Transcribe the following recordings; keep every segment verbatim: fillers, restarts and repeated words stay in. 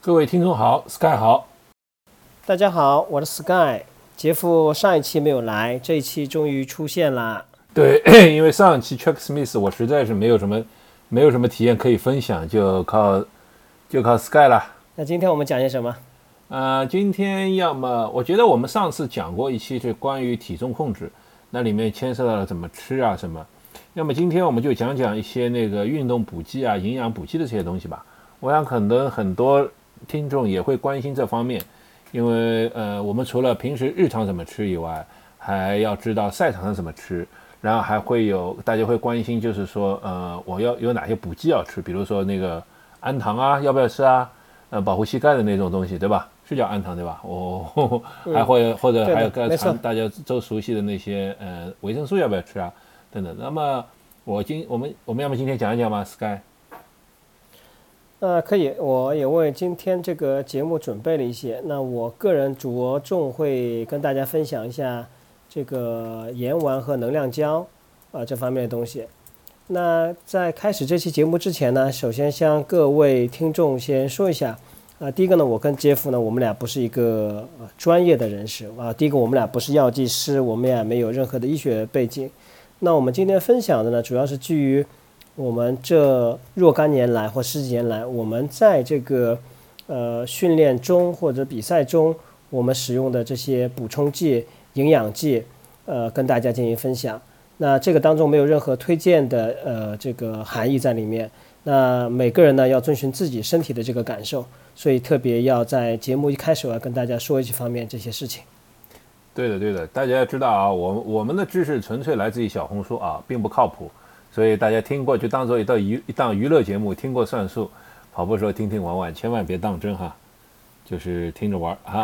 各位听众好 ，Sky 好， 大家好，我是 Sky。杰夫上一期没有来，这一期终于出现了。 对，因为上一期 Chuck Smith 我实在是没有什么没有什么体验可以分享，就靠就靠 Sky 了。 那今天我们讲些什么？ 呃，今天要么我觉得我们上次讲过一期是关于体重控制，那里面牵涉到了怎么吃啊什么。要么今天我们就讲讲一些那个运动补剂啊、营养补剂的这些东西吧。我想可能很多听众也会关心这方面，因为呃，我们除了平时日常怎么吃以外，还要知道赛场上怎么吃，然后还会有大家会关心，就是说呃，我要有哪些补剂要吃，比如说那个氨糖啊，要不要吃啊？呃，保护膝盖的那种东西，对吧？是叫氨糖对吧？哦，还会或者还有刚才大家都熟悉的那些呃维生素要不要吃啊？等等。那么我今我们我们要么今天讲一讲吗 ？Sky？ 呃，可以，我也为今天这个节目准备了一些。那我个人着重会跟大家分享一下这个盐丸和能量胶啊、呃、这方面的东西。那在开始这期节目之前呢，首先向各位听众先说一下，啊、呃，第一个呢，我跟杰夫呢，我们俩不是一个、呃、专业的人士啊。第一个，我们俩不是药剂师，我们俩没有任何的医学背景。那我们今天分享的呢，主要是基于我们这若干年来或十几年来，我们在这个呃训练中或者比赛中，我们使用的这些补充剂、营养剂，呃，跟大家进行分享。那这个当中没有任何推荐的呃这个含义在里面。那每个人呢要遵循自己身体的这个感受，所以特别要在节目一开始我要跟大家说一些方面这些事情。 对的，对的，大家要知道啊，我我们的知识纯粹来自于小红书啊，并不靠谱。所以大家听过就当做一档娱一档娱乐节目，听过算数。跑步时候听听玩玩，千万别当真哈，就是听着玩啊。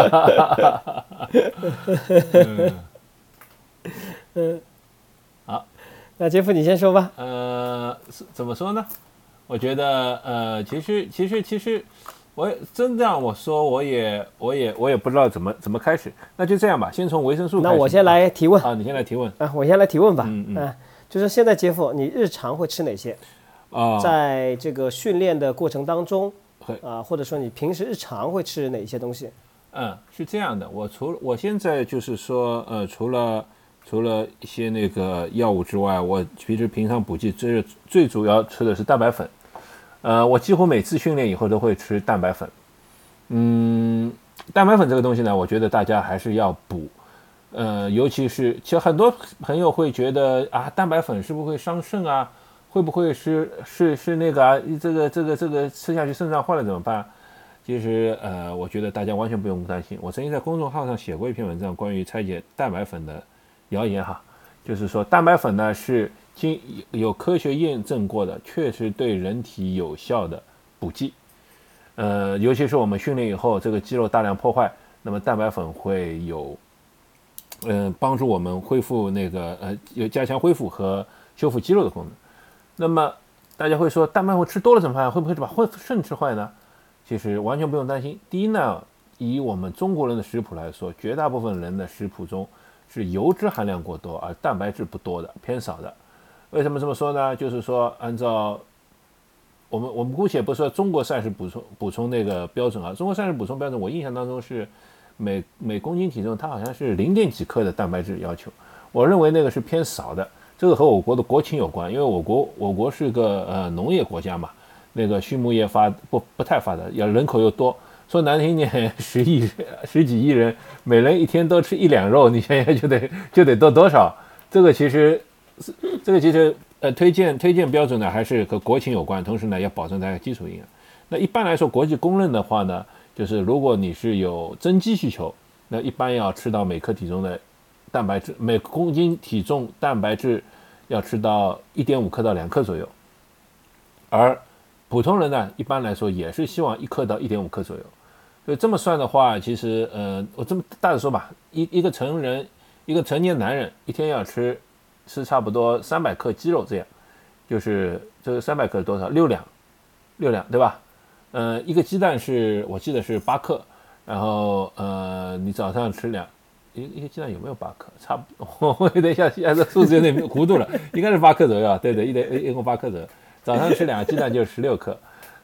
嗯，嗯， 好， 那杰夫你先说吧。 呃，怎么说呢？我觉得呃，其实其实其实，我真让我说，我也我也我也不知道怎么怎么开始。那就这样吧，先从维生素开始。 那我先来提问啊，你先来提问啊，我先来提问吧。 嗯嗯。 啊就是现在杰夫，你日常会吃哪些？ 啊， 在这个训练的过程当中，啊，或者说你平时日常会吃哪些东西？ 嗯，是这样的，我除我现在就是说，呃，除了除了一些那个药物之外，我其实平常补剂最最主要吃的是蛋白粉。呃，我几乎每次训练以后都会吃蛋白粉。嗯，蛋白粉这个东西呢，我觉得大家还是要补。呃，尤其是其实很多朋友会觉得啊，蛋白粉是不是会伤肾啊？会不会是是是那个啊？这个这个这个吃下去肾脏坏了怎么办？其实呃，我觉得大家完全不用担心。我曾经在公众号上写过一篇文章，关于拆解蛋白粉的谣言哈，就是说蛋白粉呢是经有科学验证过的，确实对人体有效的补剂。呃，尤其是我们训练以后，这个肌肉大量破坏，那么蛋白粉会有。嗯、呃，帮助我们恢复那个呃，有加强恢复和修复肌肉的功能。那么大家会说，蛋白粉吃多了怎么办？会不会把肾吃坏呢？其实完全不用担心。第一呢，以我们中国人的食谱来说，绝大部分人的食谱中是油脂含量过多，而蛋白质不多的，偏少的。为什么这么说呢？就是说，按照我们我们姑且不说中国膳食补充补充那个标准啊，中国膳食补充标准，我印象当中是。每每公斤体重，它好像是零点几克的蛋白质要求，我认为那个是偏少的。这个和我国的国情有关，因为我国我国是个呃农业国家嘛，那个畜牧业发不不太发达，要人口又多，说难听点，十亿十几亿人，每人一天都吃一两肉，你想想就得就得多多少？这个其实这个其实呃推荐推荐标准呢，还是和国情有关，同时呢要保证大家基础营养。那一般来说，国际公认的话呢。就是如果你是有增肌需求，那一般要吃到每克体重的蛋白质，每公斤体重蛋白质要吃到 一点五克到两克左右。而普通人呢，一般来说也是希望一克到 一点五克左右。所以这么算的话，其实呃，我这么大致说吧，一一个成人，一个成年男人一天要吃吃差不多三百克鸡肉，这样就是这个三百克是多少？六两，六两对吧？呃，一个鸡蛋是我记得是八克，然后呃，你早上吃两一一个鸡蛋有没有八克？差不多，我有点像现在这数字有点糊涂了，应该是八克左右啊。对对，一点一共八克左右。早上吃两个鸡蛋就是十六克，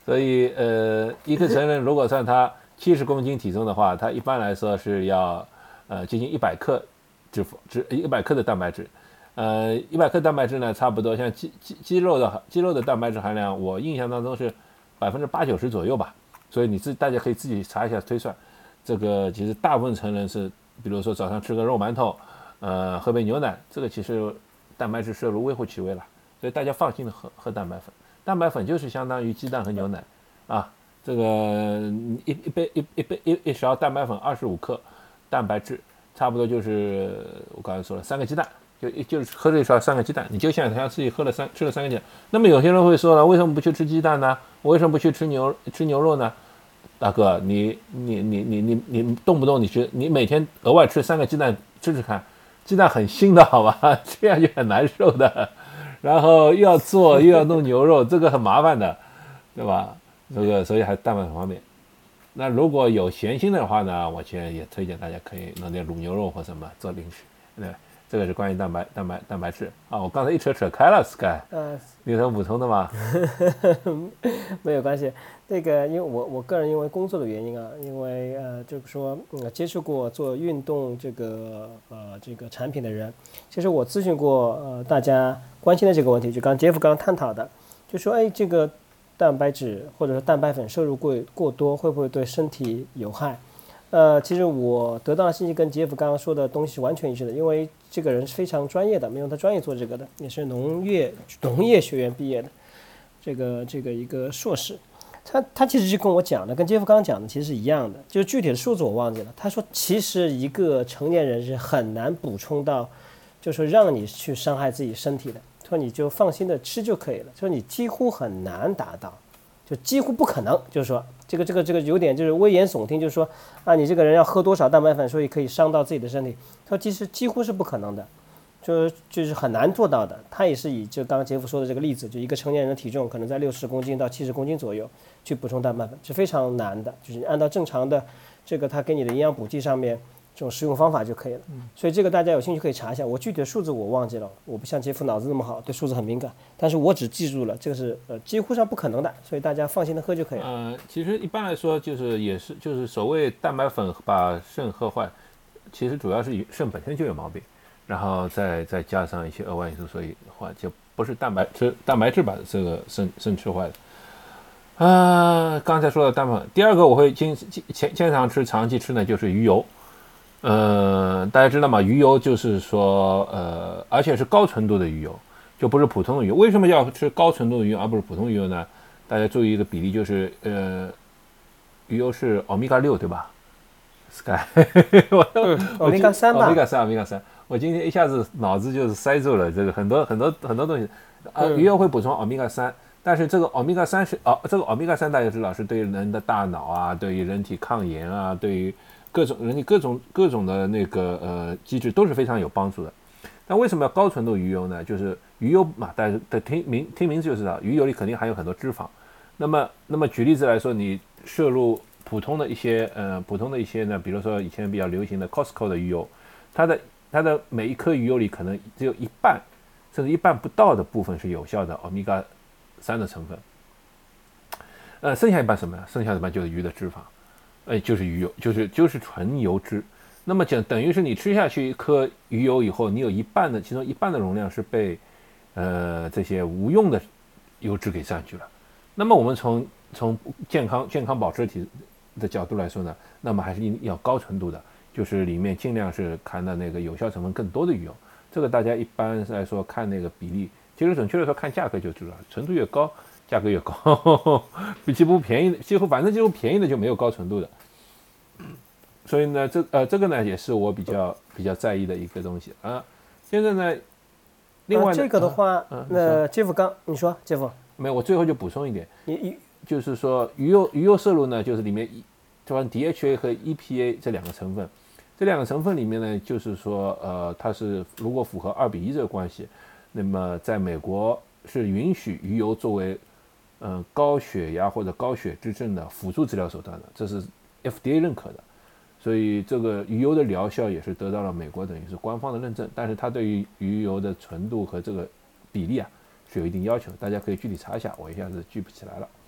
所以呃，一个成人如果算他七十公斤体重的话，他一般来说是要呃接近一百克脂肪脂一百克的蛋白质。呃，一百克蛋白质呢，差不多像肌肌肌肉的肌肉的蛋白质含量，我印象当中是百分之八九十左右吧。所以你自大家可以自己查一下推算。这个其实大部分成人是，比如说早上吃个肉馒头，呃，喝杯牛奶，这个其实蛋白质摄入微乎其微了。所以大家放心的喝喝蛋白粉，蛋白粉就是相当于鸡蛋和牛奶啊。这个一一杯一一杯一一勺蛋白粉二十五克蛋白质，差不多就是我刚才说了三个鸡蛋。就就是喝这一勺三个鸡蛋，你就想象自己喝了三吃了三个鸡蛋。那么有些人会说了，为什么不去吃鸡蛋呢？我为什么不去吃牛吃牛肉呢？大哥，你你你你你你动不动你去你每天额外吃三个鸡蛋吃吃看，鸡蛋很腥的好吧，这样就很难受的。然后又要做又要弄牛肉，这个很麻烦的，对吧？这个所以还蛋白粉方面。那如果有闲心的话呢，我现在也推荐大家可以弄点卤牛肉或什么做零食，对吧？这个是关于蛋白蛋白蛋白质啊，我刚才一扯扯开了 ，Sky， 呃， 你有什么补充的吗？ 没有关系，这个因为我我个人因为工作的原因啊，因为呃就是说、嗯、接触过做运动这个呃这个产品的人，其实我咨询过呃大家关心的这个问题，就刚杰夫刚刚探讨的，就说哎这个蛋白质或者说蛋白粉摄入过过多会不会对身体有害？呃，其实我得到的信息跟杰夫刚刚说的东西是完全一致的，因为这个人是非常专业的，没有他专业做这个的，也是农业农业学院毕业的，这个这个一个硕士。他他其实就跟我讲的，跟杰夫刚刚讲的其实是一样的，就是具体的数字我忘记了。他说，其实一个成年人是很难补充到，就是说让你去伤害自己身体的，说你就放心的吃就可以了，说你几乎很难达到。就几乎不可能，就是说这个这个这个有点就是危言耸听，就是说啊，你这个人要喝多少蛋白粉，所以可以伤到自己的身体。他说其实几乎是不可能的，就就是很难做到的。他也是以就刚刚杰夫说的这个例子，就一个成年人的体重可能在六十公斤到七十公斤左右去补充蛋白粉是非常难的，就是按照正常的这个他给你的营养补剂上面这种使用方法就可以了。所以这个大家有兴趣可以查一下，我具体的数字我忘记了，我不像杰夫脑子那么好，对数字很敏感，但是我只记住了这个是呃几乎上不可能的，所以大家放心的喝就可以了。 呃，其实一般来说就是也是就是所谓蛋白粉把肾喝坏，其实主要是肾本身就有毛病，然后再再加上一些额外因素，所以话就不是蛋白吃蛋白质把这个肾肾吃坏的。啊、呃，刚才说的蛋白粉，第二个我会经经经常吃长期吃呢就是鱼油。呃，大家知道吗？鱼油就是说，呃，而且是高纯度的鱼油，就不是普通的鱼油。为什么要吃高纯度的鱼油而不是普通鱼油呢？大家注意一个比例，就是呃，鱼油是欧米伽六，对吧 ？Sky， 我欧米伽三吧？ 欧米伽三，欧米伽三。我今天一下子脑子就是塞住了，这个很多很多很多东西。啊，鱼油会补充欧米伽三，但是这个欧米伽三是哦，这个欧米伽三大家知道是对于人的大脑啊，对于人体抗炎啊，对于各种人体各种各种的那个呃机制都是非常有帮助的。但为什么要高纯度鱼油呢？就是鱼油嘛，大家听名听名字就知道，鱼油里肯定含有很多脂肪。那么，那么举例子来说，你摄入普通的一些呃普通的一些呢，比如说以前比较流行的 Costco 的鱼油，它的它的每一颗鱼油里可能只有一半甚至一半不到的部分是有效的欧米伽三的成分。呃，剩下一半什么呢？剩下一半就是鱼的脂肪。哎，就是鱼油，就是就是纯油脂。那么讲，等于是你吃下去一颗鱼油以后，你有一半的，其中一半的容量是被呃这些无用的油脂给占据了。那么我们从从健康健康保持体的角度来说呢，那么还是要高纯度的，就是里面尽量是看的那个有效成分更多的鱼油。这个大家一般来说看那个比例，其实准确的说看价格就知道，纯度越高。价格越高，比几乎便宜的，几乎反正几乎便宜的就没有高纯度的，所以呢，这呃这个呢也是我比较比较在意的一个东西啊。现在呢，另外、 呃、这个的话， 啊啊、 那杰夫刚你说杰夫没有，我最后就补充一点， 你你就是说鱼油鱼油摄入呢，就是里面就按 D H A 和 E P A 这两个成分，这两个成分里面呢，就是说呃它是如果符合二比一这个关系，那么在美国是允许鱼油作为嗯，高血压或者高血脂症的辅助治疗手段的，这是 F D A 认可的，所以这个鱼油的疗效也是得到了美国等于是官方的认证，但是它对于鱼油的纯度和这个比例啊是有一定要求，大家可以具体查一下，我一下子记不起来了。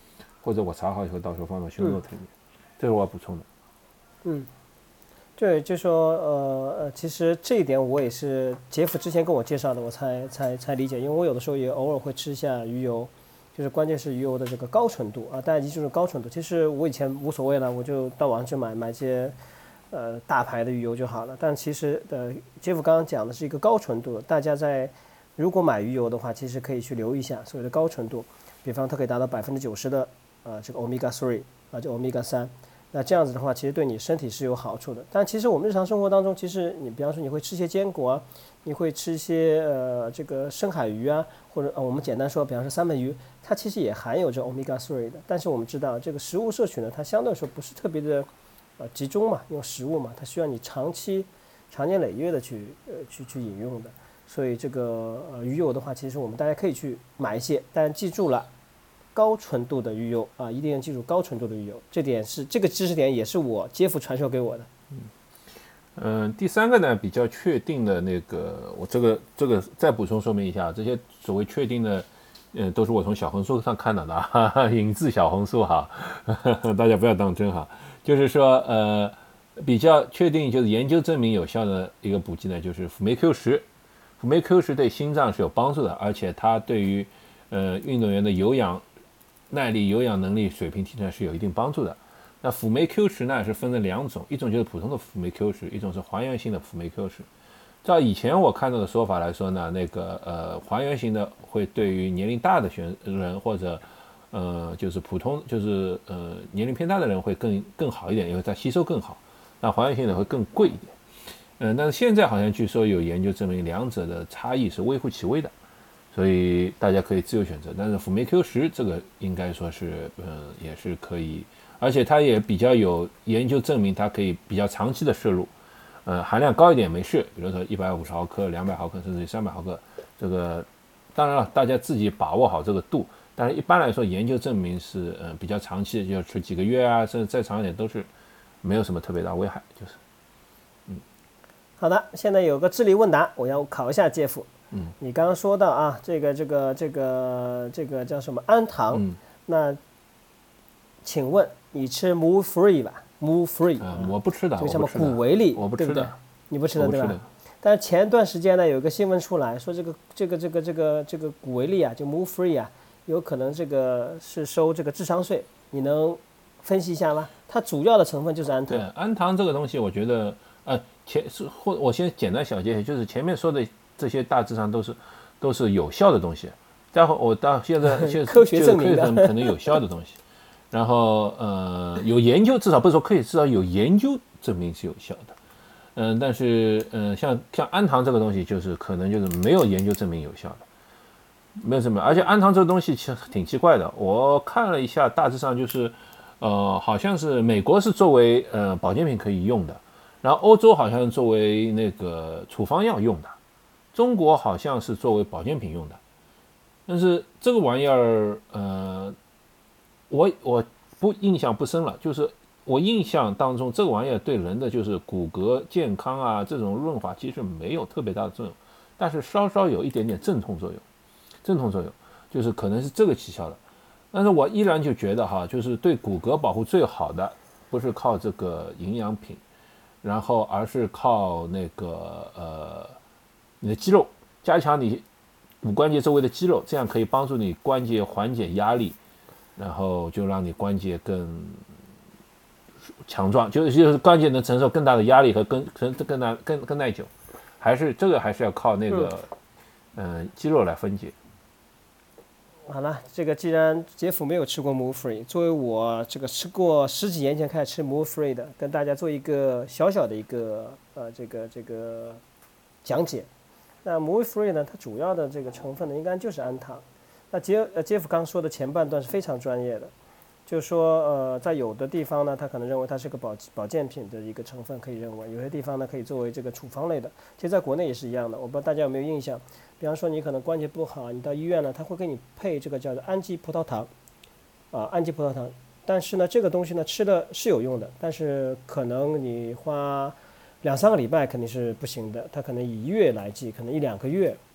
或者我查好以后到时候放到 show note 里面，这是我要补充的。 嗯，对，就说呃呃，其实这一点我也是杰夫之前跟我介绍的，我才才才理解，因为我有的时候也偶尔会吃一下鱼油，就是关键是鱼油的这个高纯度啊，大家记住高纯度。其实我以前无所谓了，我就到网上去买买些呃大牌的鱼油就好了。但其实呃，杰夫刚刚讲的是一个高纯度，大家在如果买鱼油的话，其实可以去留意一下所谓的高纯度，比方它可以达到百分之九十的呃这个 omega 三啊，就 omega 三。那这样子的话，其实对你身体是有好处的。但其实我们日常生活当中，其实你比方说你会吃些坚果啊，你会吃些呃这个深海鱼啊，或者、呃、我们简单说，比方说三文鱼，它其实也含有这 omega 三的。但是我们知道，这个食物摄取呢，它相对来说不是特别的呃集中嘛，用食物嘛，它需要你长期、长年累月的去呃去去饮用的。所以这个呃鱼油的话，其实我们大家可以去买一些，但记住了。高纯度的鱼油啊，一定要记住高纯度的鱼油，这点是这个知识点也是我杰夫传授给我的。 嗯，嗯，第三个呢，比较确定的那个，我这个这个再补充说明一下，这些所谓确定的，嗯、呃，都是我从小红书上看到的，哈哈，引自小红书哈，呵呵，大家不要当真哈。就是说，呃，比较确定就是研究证明有效的一个补剂呢，就是辅酶 Q 十，辅酶 Q 十对心脏是有帮助的，而且它对于呃运动员的有氧耐力、有氧能力水平提升是有一定帮助的。那辅酶 Q 十呢是分了两种，一种就是普通的辅酶 Q 十，一种是还原性的辅酶 Q 十。照以前我看到的说法来说呢，那个呃还原型的会对于年龄大的选人或者呃就是普通就是呃年龄偏大的人会更更好一点，因为它吸收更好。那还原性的会更贵一点。嗯、呃，但是现在好像据说有研究证明两者的差异是微乎其微的。所以大家可以自由选择，但是辅酶 Q 十这个应该说是，嗯、呃，也是可以，而且它也比较有研究证明，它可以比较长期的摄入，呃，含量高一点没事，比如说一百五十毫克、两百毫克，甚至于三百毫克，这个当然了，大家自己把握好这个度，但是一般来说，研究证明是，呃，比较长期的，就要吃几个月啊，甚至再长一点都是没有什么特别大危害，就是，嗯。 好的，现在有个智力问答，我要考一下杰夫。 嗯， 你刚刚说到啊，这个这个这个这个叫什么氨糖？ 嗯、 那请问你吃 Move Free 吧 ？Move Free 啊、呃，我不吃的， 就什么谷维力， 我不吃的， 对不对？你不吃的对吧？ 的但是前段时间呢，有个新闻出来说，这个这个这个这个这个谷维力啊，就 Move Free 啊，有可能这个是收这个智商税，你能分析一下吗？它主要的成分就是氨糖。 对，氨糖这个东西，我觉得，呃，前是或我先简单小结，就是前面说的。这些大致上都是都是有效的东西，待会我到现在现在科学证明的可能有效的东西，然后呃有研究，至少不是说可以，至少有研究证明是有效的，嗯、呃，但是嗯、呃、像像氨糖这个东西，就是可能就是没有研究证明有效的，没有证明，而且氨糖这个东西其实挺奇怪的，我看了一下，大致上就是呃好像是美国是作为呃保健品可以用的，然后欧洲好像是作为那个处方药用的。中国好像是作为保健品用的，但是这个玩意儿，呃，我我不印象不深了，就是我印象当中这个玩意儿对人的就是骨骼健康啊这种润滑其实没有特别大的作用，但是稍稍有一点点镇痛作用，镇痛作用就是可能是这个起效的，但是我依然就觉得哈，就是对骨骼保护最好的不是靠这个营养品，然后而是靠那个呃。你的肌肉加强你骨关节周围的肌肉，这样可以帮助你关节缓解压力，然后就让你关节更强壮，就是就是关节能承受更大的压力和更更更大更更耐久，还是这个还是要靠那个嗯、呃、肌肉来分解。 好了，这个既然杰夫没有吃过 Move Free， 作为我这个吃过十几年前开始吃 Move Free 的，跟大家做一个小小的一个呃这个这个讲解。那 Move Free 呢，它主要的这个成分呢，应该就是氨糖。那杰呃杰夫刚说的前半段是非常专业的，就是说呃，在有的地方呢，他可能认为它是个保保健品的一个成分，可以认为有些地方呢可以作为这个处方类的。其实在国内也是一样的，我不知道大家有没有印象，比方说你可能关节不好，你到医院呢，他会给你配这个叫做氨基葡萄糖，啊，氨基葡萄糖。但是呢，这个东西呢吃的是有用的，但是可能你花两三个礼拜肯定是不行的，它可能以月来计，可能一两个月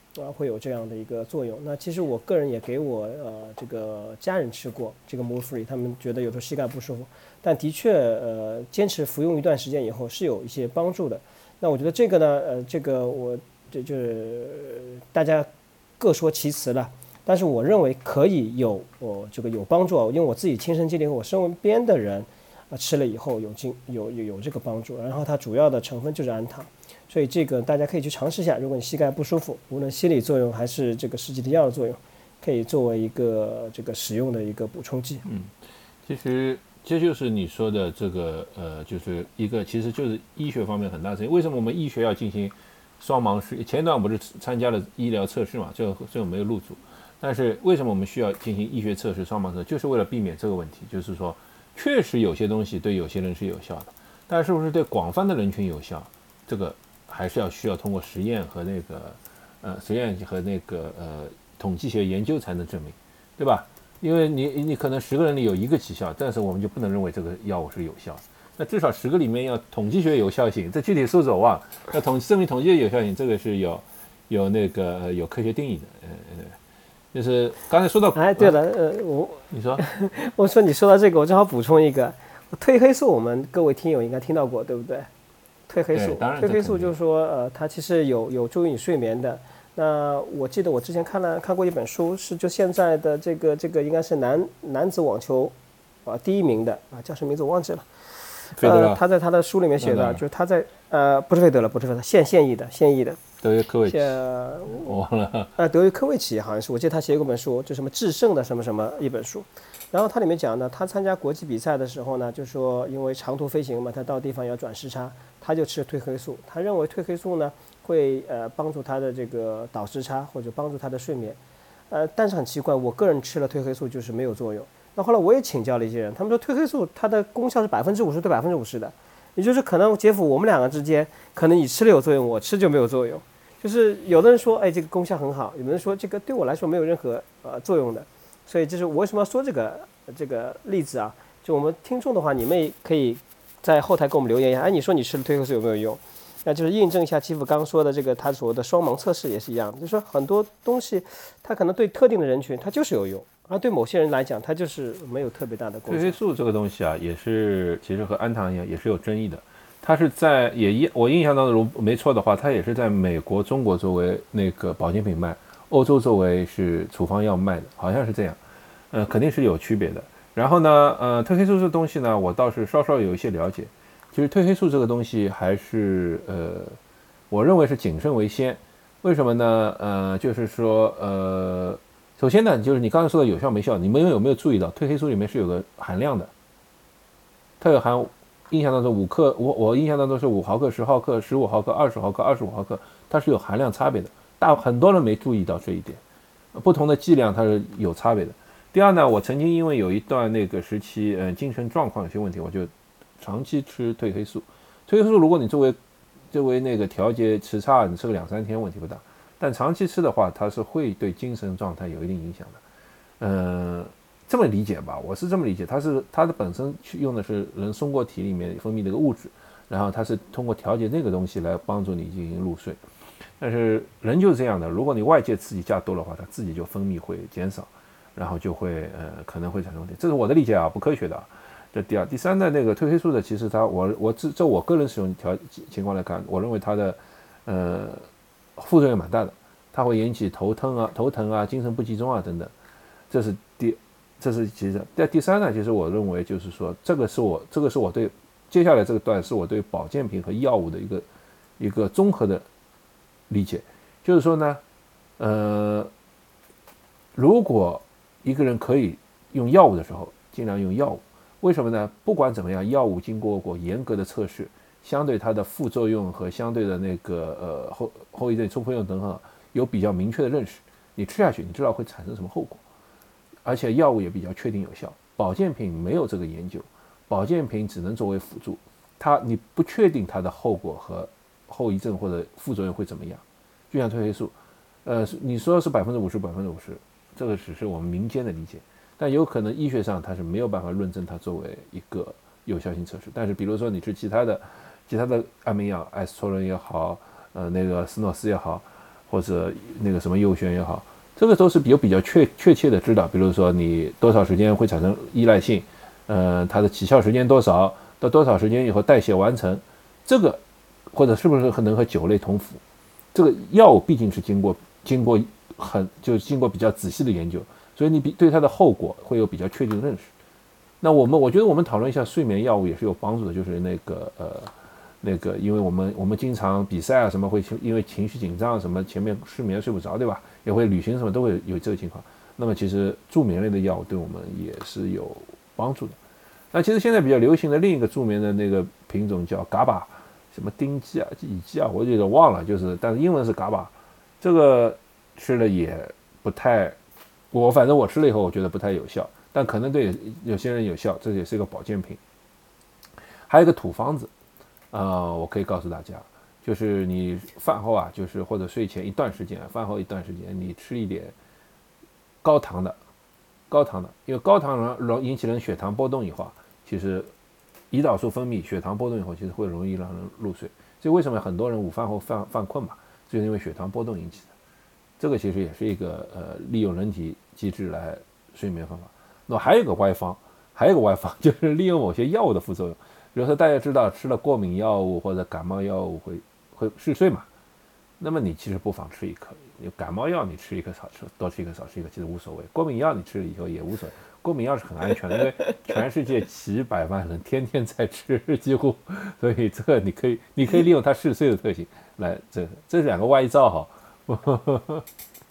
啊，会有这样的一个作用。那其实我个人也给我呃这个家人吃过这个 Move Free，他们觉得有时候膝盖不舒服，但的确呃坚持服用一段时间以后是有一些帮助的。那我觉得这个呢，呃，这个我这就是大家各说其词了，但是我认为可以有我、哦、这个有帮助，因为我自己亲身经历和我身边的人啊吃了以后有经有有有这个帮助，然后它主要的成分就是氨糖。所以这个大家可以去尝试一下，如果你膝盖不舒服，无论心理作用还是这个实际的药的作用，可以作为一个这个使用的一个补充剂。 嗯，其实这就是你说的这个呃，就是一个其实就是医学方面很大事情。为什么我们医学要进行双盲试？前一段不是参加了医疗测试嘛，这个这个没有入组。但是为什么我们需要进行医学测试双盲测试？就是为了避免这个问题，就是说确实有些东西对有些人是有效的，但是不是对广泛的人群有效，这个还是要需要通过实验和那个呃实验和那个呃统计学研究才能证明，对吧？因为你你可能十个人里有一个起效，但是我们就不能认为这个药物是有效的。那至少十个里面要统计学有效性，这具体数字我忘了，要统证明统计学有效性，这个是有有那个、呃、有科学定义的。呃呃，就是刚才说到， 哎，对了，呃，我你说， 我说你说到这个，我正好补充一个，褪黑素我们各位听友应该听到过，对不对？褪黑素，褪黑素就是说，呃，它其实有有助于你睡眠的。那我记得我之前看了看过一本书，是就现在的这个这个应该是男男子网球啊第一名的啊，叫什么名字我忘记了。呃，他在他的书里面写的，就是他在呃不是费德勒，不是费德勒，现现役的现役的。 德约科维奇， 我忘了。啊，德约科维奇好像是，我记得他写过本书，就什么制胜的什么什么一本书。然后他里面讲呢，他参加国际比赛的时候呢，就说因为长途飞行嘛，他到地方要转时差，他就吃褪黑素。他认为褪黑素呢会呃帮助他的这个倒时差或者帮助他的睡眠。呃，但是很奇怪，我个人吃了褪黑素就是没有作用。那后来我也请教了一些人，他们说褪黑素它的功效是百分之五十对百分之五十的，也就是可能杰夫我们两个之间，可能你吃了有作用，我吃就没有作用。就是有的人说，哎，这个功效很好；有的人说这个对我来说没有任何呃作用的。所以就是我为什么要说这个这个例子啊？就我们听众的话，你们也可以在后台给我们留言一下。哎，你说你吃了褪黑素有没有用？那就是印证一下基辅刚刚说的这个他所谓的双盲测试也是一样的，就是说很多东西它可能对特定的人群它就是有用，而对某些人来讲它就是没有特别大的功效。 褪黑素这个东西啊，也是其实和氨糖一样，也是有争议的。它是在也一我印象当中如没错的话，它也是在美国、中国作为那个保健品卖，欧洲作为是处方药卖的，好像是这样。呃，肯定是有区别的。然后呢，呃，褪黑素这东西呢，我倒是稍稍有一些了解。其实褪黑素这个东西还是呃，我认为是谨慎为先。为什么呢？呃，就是说呃，首先呢，就是你刚才说的有效没效，你们有没有注意到褪黑素里面是有个含量的？它有含，印象当中五克，我我印象当中是五毫克、十毫克、十五毫克、二十毫克、二十五毫克，它是有含量差别的。大很多人没注意到这一点，不同的剂量它是有差别的。第二呢，我曾经因为有一段那个时期，嗯、呃，精神状况有些问题，我就长期吃褪黑素。褪黑素如果你作为作为那个调节时差，你吃个两三天问题不大，但长期吃的话，它是会对精神状态有一定影响的。嗯、呃，这么理解吧，我是这么理解，它是它的本身去用的是人松果体里面分泌的一个物质，然后它是通过调节那个东西来帮助你进行入睡。但是人就是这样的，如果你外界刺激加多的话，它自己就分泌会减少。然后就会呃可能会产生问题，这是我的理解啊，不科学的啊。这第二、第三的那个褪黑素的，其实它我我这这我个人使用条情况来看，我认为它的呃副作用蛮大的，它会引起头疼啊、头疼啊、精神不集中啊等等。这是第这是其实。第第三呢，其实我认为就是说，这个是我这个是我对接下来这个段是我对保健品和药物的一个一个综合的理解，就是说呢，呃，如果一个人可以用药物的时候，尽量用药物。为什么呢？不管怎么样，药物经过过严格的测试，相对它的副作用和相对的那个呃后后遗症、副作用等等有比较明确的认识。你吃下去，你知道会产生什么后果，而且药物也比较确定有效。保健品没有这个研究，保健品只能作为辅助，它你不确定它的后果和后遗症或者副作用会怎么样。就像褪黑素，呃，你说是百分之五十，百分之五十。这个只是我们民间的理解，但有可能医学上它是没有办法论证它作为一个有效性测试。但是比如说你吃其他的其他的安眠药，艾司托仑也好，呃那个斯诺斯也好， 或者那个什么右旋也好，这个都是有比较确确切的知道，比如说你多少时间会产生依赖性，呃，它的起效时间多少，到多少时间以后代谢完成，这个或者是不是能和酒类同服，这个药物毕竟是经过经过很就经过比较仔细的研究，所以你比对它的后果会有比较确定的认识。那我们我觉得我们讨论一下睡眠药物也是有帮助的，就是那个呃。那个，因为我们我们经常比赛啊什么会因为情绪紧张什么前面失眠睡不着，对吧？也会旅行什么都会有这个情况。那么其实助眠类的药物对我们也是有帮助的。那其实现在比较流行的另一个助眠的那个品种叫 G A B A， 什么丁基啊、乙基啊，我有点忘了，就是但是英文是 G A B A， 这个吃了也不太，我反正我吃了以后我觉得不太有效，但可能对有些人有效，这也是一个保健品。还有一个土方子。呃，我可以告诉大家，就是你饭后啊，就是或者睡前一段时间，饭后一段时间，你吃一点高糖的，高糖的，因为高糖容引起人血糖波动以后啊，其实胰岛素分泌，血糖波动以后，其实会容易让人入睡。所以为什么很多人午饭后犯犯困嘛，就是因为血糖波动引起的。这个其实也是一个呃利用人体机制来睡眠方法。那么还有一个歪方，还有一个歪方就是利用某些药物的副作用。比如说大家知道吃了过敏药物或者感冒药物会会嗜睡嘛，那么你其实不妨吃一颗。感冒药你吃一颗少吃，多吃一颗少吃一颗其实无所谓。过敏药你吃了以后也无所谓，过敏药是很安全的，因为全世界几百万人天天在吃，几乎，所以这个你可以你可以利用它嗜睡的特性来，这这是两个歪招哈。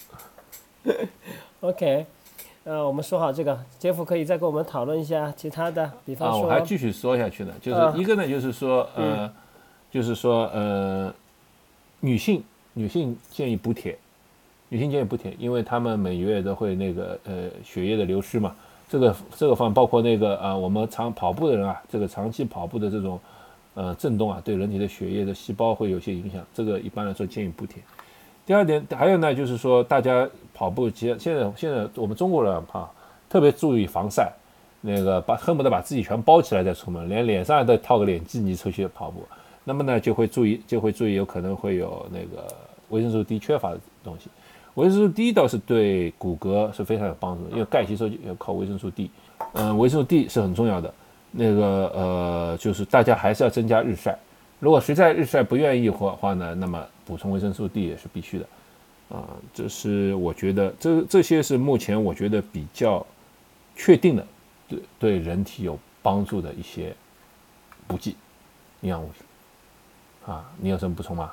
OK。呃，我们说好这个，杰夫可以再跟我们讨论一下其他的，比方说， 啊，我还继续说下去呢，就是一个呢，就是说，呃，嗯、就是说，呃，女性女性建议补铁，女性建议补铁，因为她们每月都会那个呃血液的流失嘛，这个这个方包括那个啊、呃，我们长跑步的人啊，这个长期跑步的这种呃震动啊，对人体的血液的细胞会有些影响，这个一般来说建议补铁。第二点还有呢，就是说大家跑步，其实现在现在我们中国人啊，特别注意防晒，那个把恨不得把自己全包起来再出门，连脸上都套个脸基尼出去跑步。那么呢，就会注意就会注意有可能会有那个维生素 D 缺乏的东西。维生素 D 倒是对骨骼是非常有帮助的，因为钙吸收要靠维生素 D。嗯，维生素 D 是很重要的。那个呃，就是大家还是要增加日晒。如果实在日晒不愿意的话呢，那么补充维生素 D 也是必须的，啊、呃，这是我觉得这这些是目前我觉得比较确定的，对对人体有帮助的一些补剂、营养物质，啊，你有什么补充吗？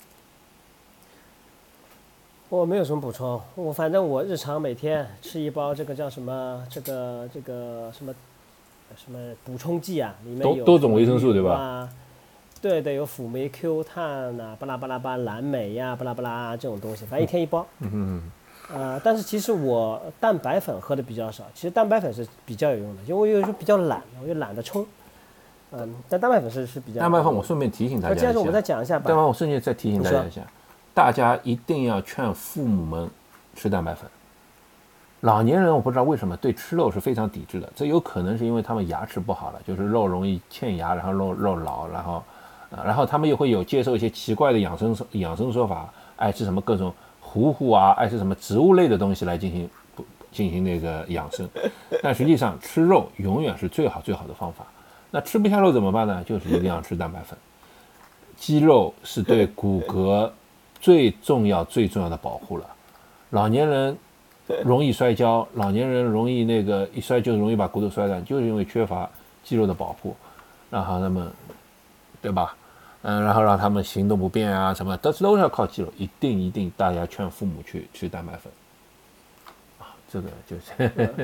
我没有什么补充，我反正我日常每天吃一包这个叫什么这个这个什么什么补充剂啊，里面有多多种维生素对吧？ 对对，有辅酶 Q 碳呐、啊，巴拉巴拉巴蓝莓呀、啊，巴拉巴拉这种东西，反正一天一包。 嗯嗯呃，但是其实我蛋白粉喝的比较少，其实蛋白粉是比较有用的，因为我有时候比较懒，我就懒得冲。嗯，但蛋白粉是是比较。 蛋白粉我顺便提醒大家一下。 接着我们再讲一下吧。 蛋白粉我顺便再提醒大家一下，大家一定要劝父母们吃蛋白粉。老年人我不知道为什么对吃肉是非常抵制的，这有可能是因为他们牙齿不好了，就是肉容易嵌牙，然后肉肉老，然后。啊，然后他们又会有接受一些奇怪的养生养生说法，爱吃什么各种糊糊啊，爱吃什么植物类的东西来进行进行那个养生，但实际上吃肉永远是最好最好的方法。那吃不下肉怎么办呢？就是一定要吃蛋白粉。肌肉是对骨骼最重要最重要的保护了。老年人容易摔跤，老年人容易那个一摔就容易把骨头摔断，就是因为缺乏肌肉的保护，然后他们。对吧？嗯，然后让他们行动不便啊，什么都都是要靠肌肉，一定一定，大家劝父母去吃蛋白粉啊，这个就是。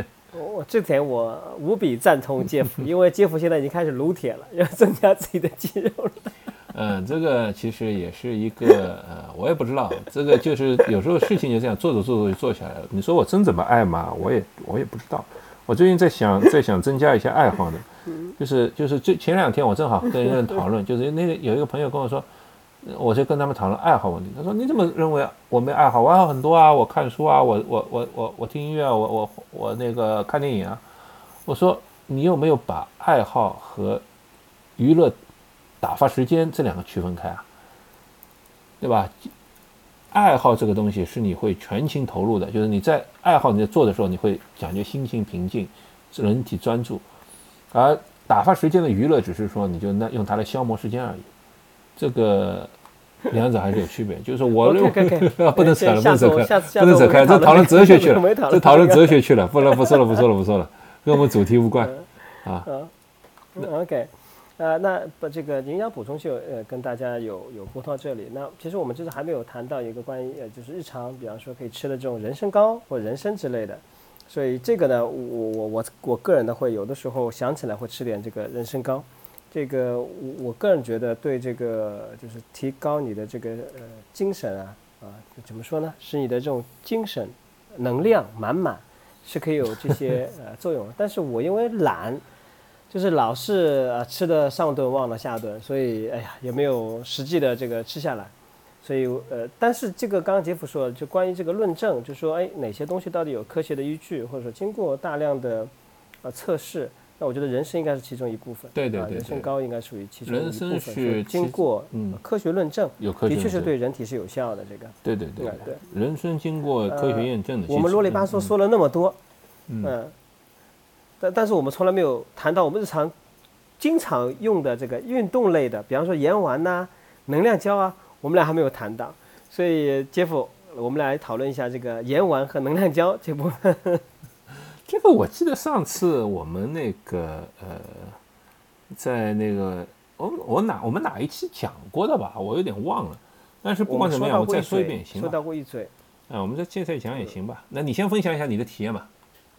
我这点我无比赞同杰夫，因为杰夫现在已经开始撸铁了，要增加自己的肌肉了。 嗯，这个其实也是一个呃，我也不知道，这个就是有时候事情就这样做着做着就做下来了。你说我真怎么爱嘛？我也我也不知道。我最近在想在想增加一些爱好呢。就是就是这前两天我正好跟一个人讨论，就是那个有一个朋友跟我说，我就跟他们讨论爱好问题。他说你怎么认为我没爱好？我爱好很多啊，我看书啊，我我我我我听音乐啊，我我我那个看电影啊。我说你有没有把爱好和娱乐打发时间这两个区分开啊？对吧？ 爱好这个东西是你会全情投入的，就是你在爱好你在做的时候，你会讲究心情平静，人体专注，而打发时间的娱乐只是说你就那用它来消磨时间而已，这个两者还是有区别。就是说我认为不能扯了，不能扯开，不能扯开，这讨论哲学去了，这讨论哲学去了，不了，不说了，不说了，不说了，跟我们主题无关啊。 OK。呃，那不这个营养补充就呃跟大家有有沟通到这里。那其实我们这次还没有谈到一个关于呃就是日常，比方说可以吃的这种人参膏或人参之类的。所以这个呢，我我我我个人呢会有的时候想起来会吃点这个人参膏。这个我我个人觉得对这个就是提高你的这个呃精神啊啊怎么说呢，使你的这种精神能量满满是可以有这些呃作用。但是我因为懒。就是老是呃吃的上顿忘了下顿，所以哎呀也没有实际的这个吃下来，所以呃但是这个刚刚杰夫说就关于这个论证，就说哎哪些东西到底有科学的依据，或者说经过大量的呃测试，那我觉得人参应该是其中一部分， 对对 对, 对、 啊，人参膏应该属于其中一部分， 人参是经过科学论证， 有科学的确是对人体是有效的这个， 对对 对, 对, 对, 对人参经过科学验证的、 呃。我们啰里吧嗦说了那么多， 嗯。嗯但但是我们从来没有谈到我们日常经常用的这个运动类的，比方说盐丸呐、啊、能量胶啊，我们俩还没有谈到。所以杰夫，我们来讨论一下这个盐丸和能量胶这部分。 这个我记得上次我们那个呃，在那个我我哪我们哪一期讲过的吧，我有点忘了。但是不管怎么样，我再说一遍也行吧。 说到过一嘴。 啊，我们再接着讲也行吧。那你先分享一下你的体验吧。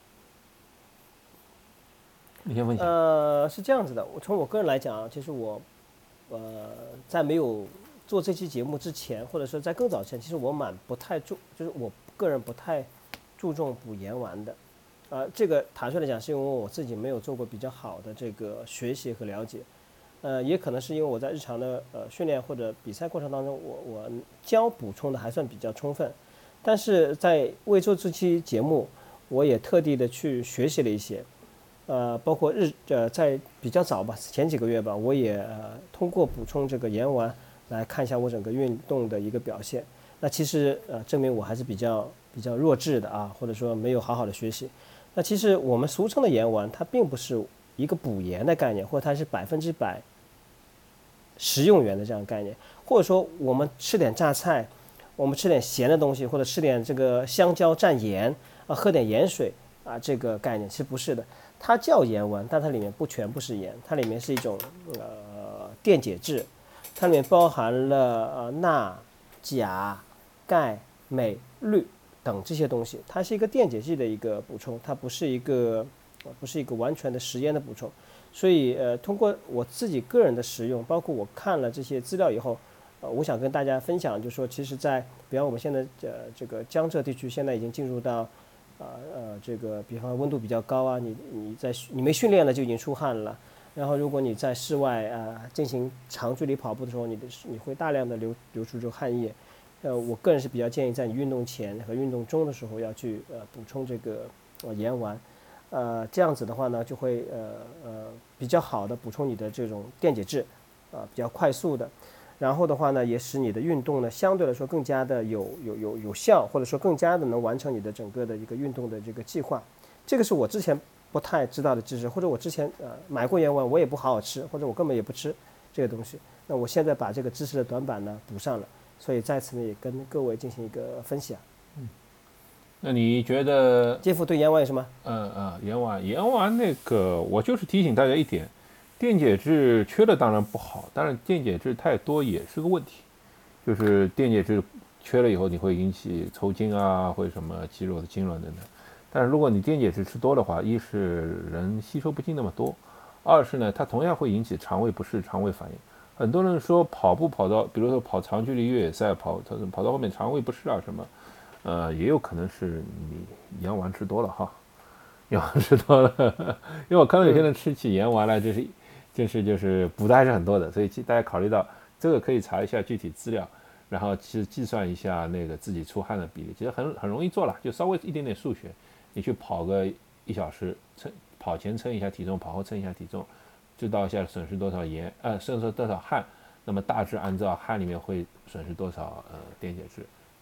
你先分享。 呃，是这样子的，我从我个人来讲，其实我，呃，在没有做这期节目之前，或者说在更早前，其实我蛮不太注，就是我个人不太注重补盐丸的。呃，这个坦率来讲，是因为我自己没有做过比较好的这个学习和了解。呃，也可能是因为我在日常的呃训练或者比赛过程当中，我我胶补充的还算比较充分，但是在为做这期节目，我也特地的去学习了一些。呃，包括日呃，在比较早吧，前几个月吧，我也呃通过补充这个盐丸来看一下我整个运动的一个表现。那其实呃证明我还是比较比较弱智的啊，或者说没有好好的学习。那其实我们俗称的盐丸，它并不是一个补盐的概念，或者它是百分之百食用盐的这样的概念，或者说我们吃点榨菜，我们吃点咸的东西，或者吃点这个香蕉蘸盐啊，喝点盐水啊，这个概念其实不是的。它叫盐丸，但它里面不全部是盐，它里面是一种呃电解质，它里面包含了呃钠、钾、钙、镁、氯等这些东西，它是一个电解质的一个补充，它不是一个呃不是一个完全的食盐的补充。所以呃通过我自己个人的使用，包括我看了这些资料以后，呃我想跟大家分享，就是说其实在比方我们现在呃这个江浙地区现在已经进入到。啊 呃, 呃，这个比方温度比较高啊，你你在你没训练了就已经出汗了，然后如果你在室外啊、呃、进行长距离跑步的时候，你的你会大量的流流出这个汗液，呃，我个人是比较建议在你运动前和运动中的时候要去呃补充这个呃盐丸，呃，这样子的话呢就会呃呃比较好的补充你的这种电解质，啊、呃、比较快速的。然后的话呢，也使你的运动呢相对来说更加的有有有有效，或者说更加的能完成你的整个的一个运动的这个计划。这个是我之前不太知道的知识，或者我之前呃买过盐丸，我也不好好吃，或者我根本也不吃这个东西。那我现在把这个知识的短板呢补上了，所以在此呢也跟各位进行一个分享。 嗯，那你觉得杰夫对盐丸有什么？ 呃呃，盐丸盐丸那个，我就是提醒大家一点。电解质缺了当然不好，但是电解质太多也是个问题。就是电解质缺了以后，你会引起抽筋啊，或者什么肌肉的痉挛等等。但是如果你电解质吃多的话，一是人吸收不进那么多，二是呢，它同样会引起肠胃不适、肠胃反应。很多人说跑步跑到，比如说跑长距离越野赛，跑跑到后面肠胃不适啊什么，呃，也有可能是你盐丸吃多了哈，盐丸吃多了，因为我看到有些人吃起盐丸来，就是。就是就是补的还是很多的，所以大家考虑到这个可以查一下具体资料，然后其实计算一下那个自己出汗的比例，其实很很容易做了，就稍微一点点数学，你去跑个一小时，称跑前称一下体重，跑后称一下体重，知道一下损失多少盐，呃，损失多少汗，那么大致按照汗里面会损失多少呃电解质，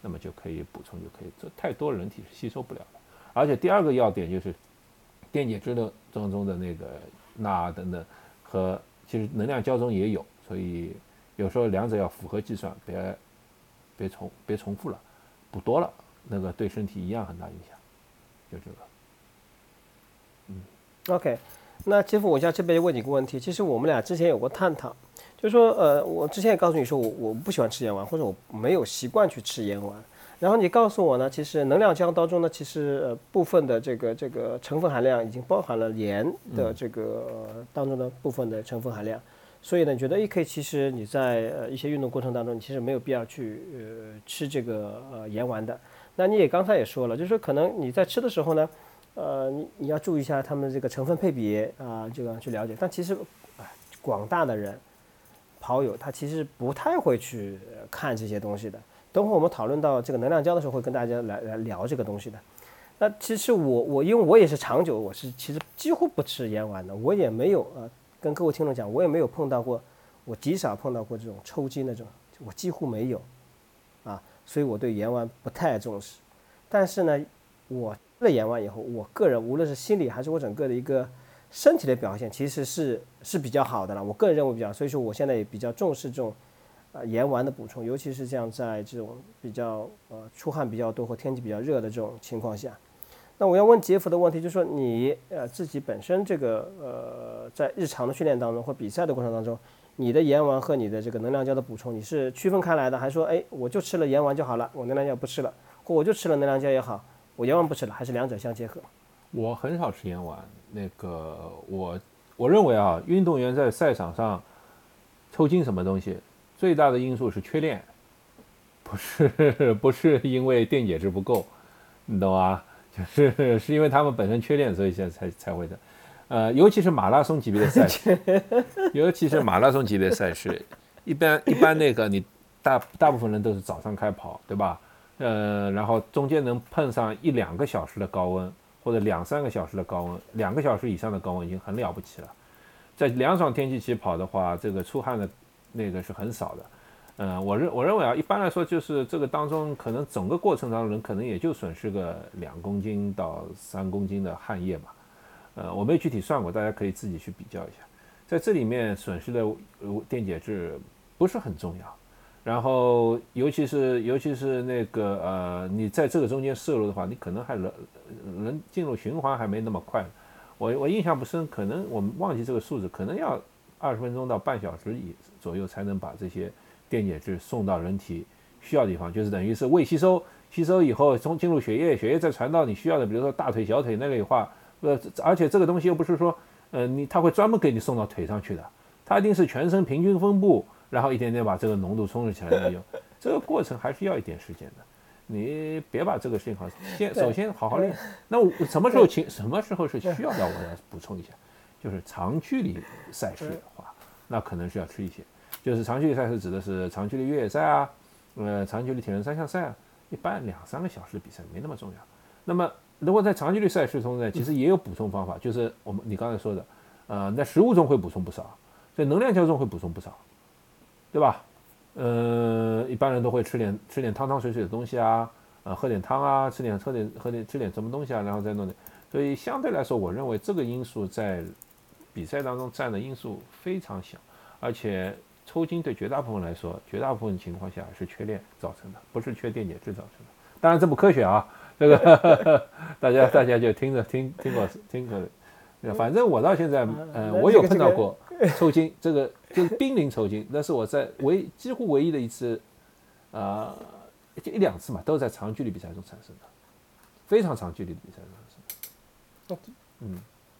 那么就可以补充就可以，这太多人体是吸收不了的。而且第二个要点就是电解质的当中的那个钠等等和其实能量胶中也有，所以有时候两者要符合计算，别别重别重复了，补多了那个对身体一样很大影响，就这个。 嗯 ，OK， 那杰夫，我想这边问你一个问题，其实我们俩之前有过探讨，就是说，呃，我之前也告诉你说我我不喜欢吃盐丸，或者我没有习惯去吃盐丸。然后你告诉我呢，其实能量胶当中呢，其实呃部分的这个这个成分含量已经包含了盐的这个、呃、当中的部分的成分含量，所以呢，你觉得也可以，其实你在呃一些运动过程当中，你其实没有必要去呃吃这个呃盐丸的。那你也刚才也说了，就是说可能你在吃的时候呢，呃你你要注意一下他们这个成分配比啊、呃，这个去了解。但其实啊、呃，广大的人跑友他其实不太会去看这些东西的。等会我们讨论到这个能量胶的时候，会跟大家来来聊这个东西的。那其实我我因为我也是长久，我是其实几乎不吃盐丸的，我也没有呃跟各位听众讲，我也没有碰到过，我极少碰到过这种抽筋那种，我几乎没有啊，所以我对盐丸不太重视。但是呢，我吃了盐丸以后，我个人无论是心理还是我整个的一个身体的表现，其实是是比较好的了。我个人认为比较，所以说我现在也比较重视这种。啊，盐丸的补充，尤其是像在这种比较呃出汗比较多或天气比较热的这种情况下，那我要问杰夫的问题就是说，你呃自己本身这个呃在日常的训练当中或比赛的过程当中，你的盐丸和你的这个能量胶的补充，你是区分开来的，还是说哎我就吃了盐丸就好了，我能量胶不吃了，或我就吃了能量胶也好，我盐丸不吃了，还是两者相结合？ 我很少吃盐丸，那个我我认为啊，运动员在赛场上抽筋什么东西？最大的因素是缺练，不是不是因为电解质不够，你懂吗？就是是因为他们本身缺练，所以现在才才会的。呃，尤其是马拉松级别的赛事，尤其是马拉松级别的赛事，一般一般那个你大大部分人都是早上开跑，对吧？呃，然后中间能碰上一两个小时的高温，或者两三个小时的高温，两个小时以上的高温已经很了不起了。在凉爽天气起跑的话，这个出汗的。那个是很少的，嗯、呃，我认我认为啊，一般来说就是这个当中可能整个过程当中人可能也就损失个两公斤到三公斤的汗液嘛，呃，我没具体算过，大家可以自己去比较一下，在这里面损失的电解质不是很重要，然后尤其是尤其是那个呃，你在这个中间摄入的话，你可能还能能进入循环还没那么快，我我印象不深，可能我们忘记这个数字，可能要二十分钟到半小时以左右才能把这些电解质送到人体需要的地方，就是等于是未吸收，吸收以后从进入血液，血液再传到你需要的，比如说大腿、小腿那个的话，呃，而且这个东西又不是说，呃，你他会专门给你送到腿上去的，它一定是全身平均分布，然后一点点把这个浓度充实起来的用，这个过程还是要一点时间的。你别把这个事情好，先首先好好练。那我什么时候请什么时候是需要的？我要补充一下。就是长距离赛事的话，那可能是要吃一些。就是长距离赛事指的是长距离越野赛啊，呃，长距离铁人三项赛啊，一般两三个小时的比赛没那么重要。那么如果在长距离赛事中呢，其实也有补充方法，就是我们你刚才说的，呃，在食物中会补充不少，在能量胶中会补充不少，对吧？呃，一般人都会吃点吃点汤汤水水的东西啊，呃，喝点汤啊，吃点喝点喝点吃点什么东西啊，然后再弄点。所以相对来说，我认为这个因素在比赛当中占的因素非常小，而且抽筋对绝大部分来说，绝大部分情况下是缺练造成的，不是缺电解质造成的。当然这不科学啊，这个呵呵呵大家大家就听着听听过听过，反正我到现在，呃，我有碰到过抽筋，这个就是濒临抽筋，那是我在唯几乎唯一的一次，啊、呃，就一两次嘛，都在长距离比赛中产生的，非常长距离的比赛中产生的。嗯。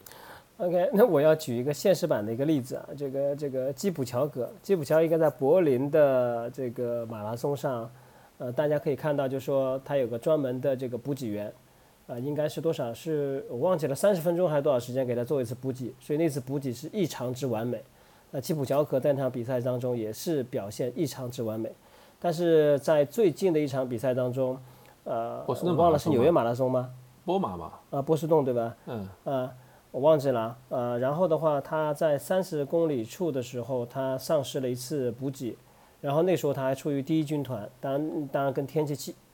OK， 那我要举一个现实版的一个例子啊，这个这个基普乔格，基普乔应该在柏林的这个马拉松上，呃，大家可以看到，就说他有个专门的这个补给员，啊、呃，应该是多少？是我忘记了，三十分钟还是多少时间给他做一次补给，所以那次补给是异常之完美。那基普乔格在那场比赛当中也是表现异常之完美，但是在最近的一场比赛当中，呃，我忘了是纽约马拉松吗？ 波马嘛？ 啊，波士顿对吧？ 嗯。 啊。我忘记了，呃，然后的话，他在三十公里处的时候，他丧失了一次补给，然后那时候他还处于第一军团，当然，当然跟天气气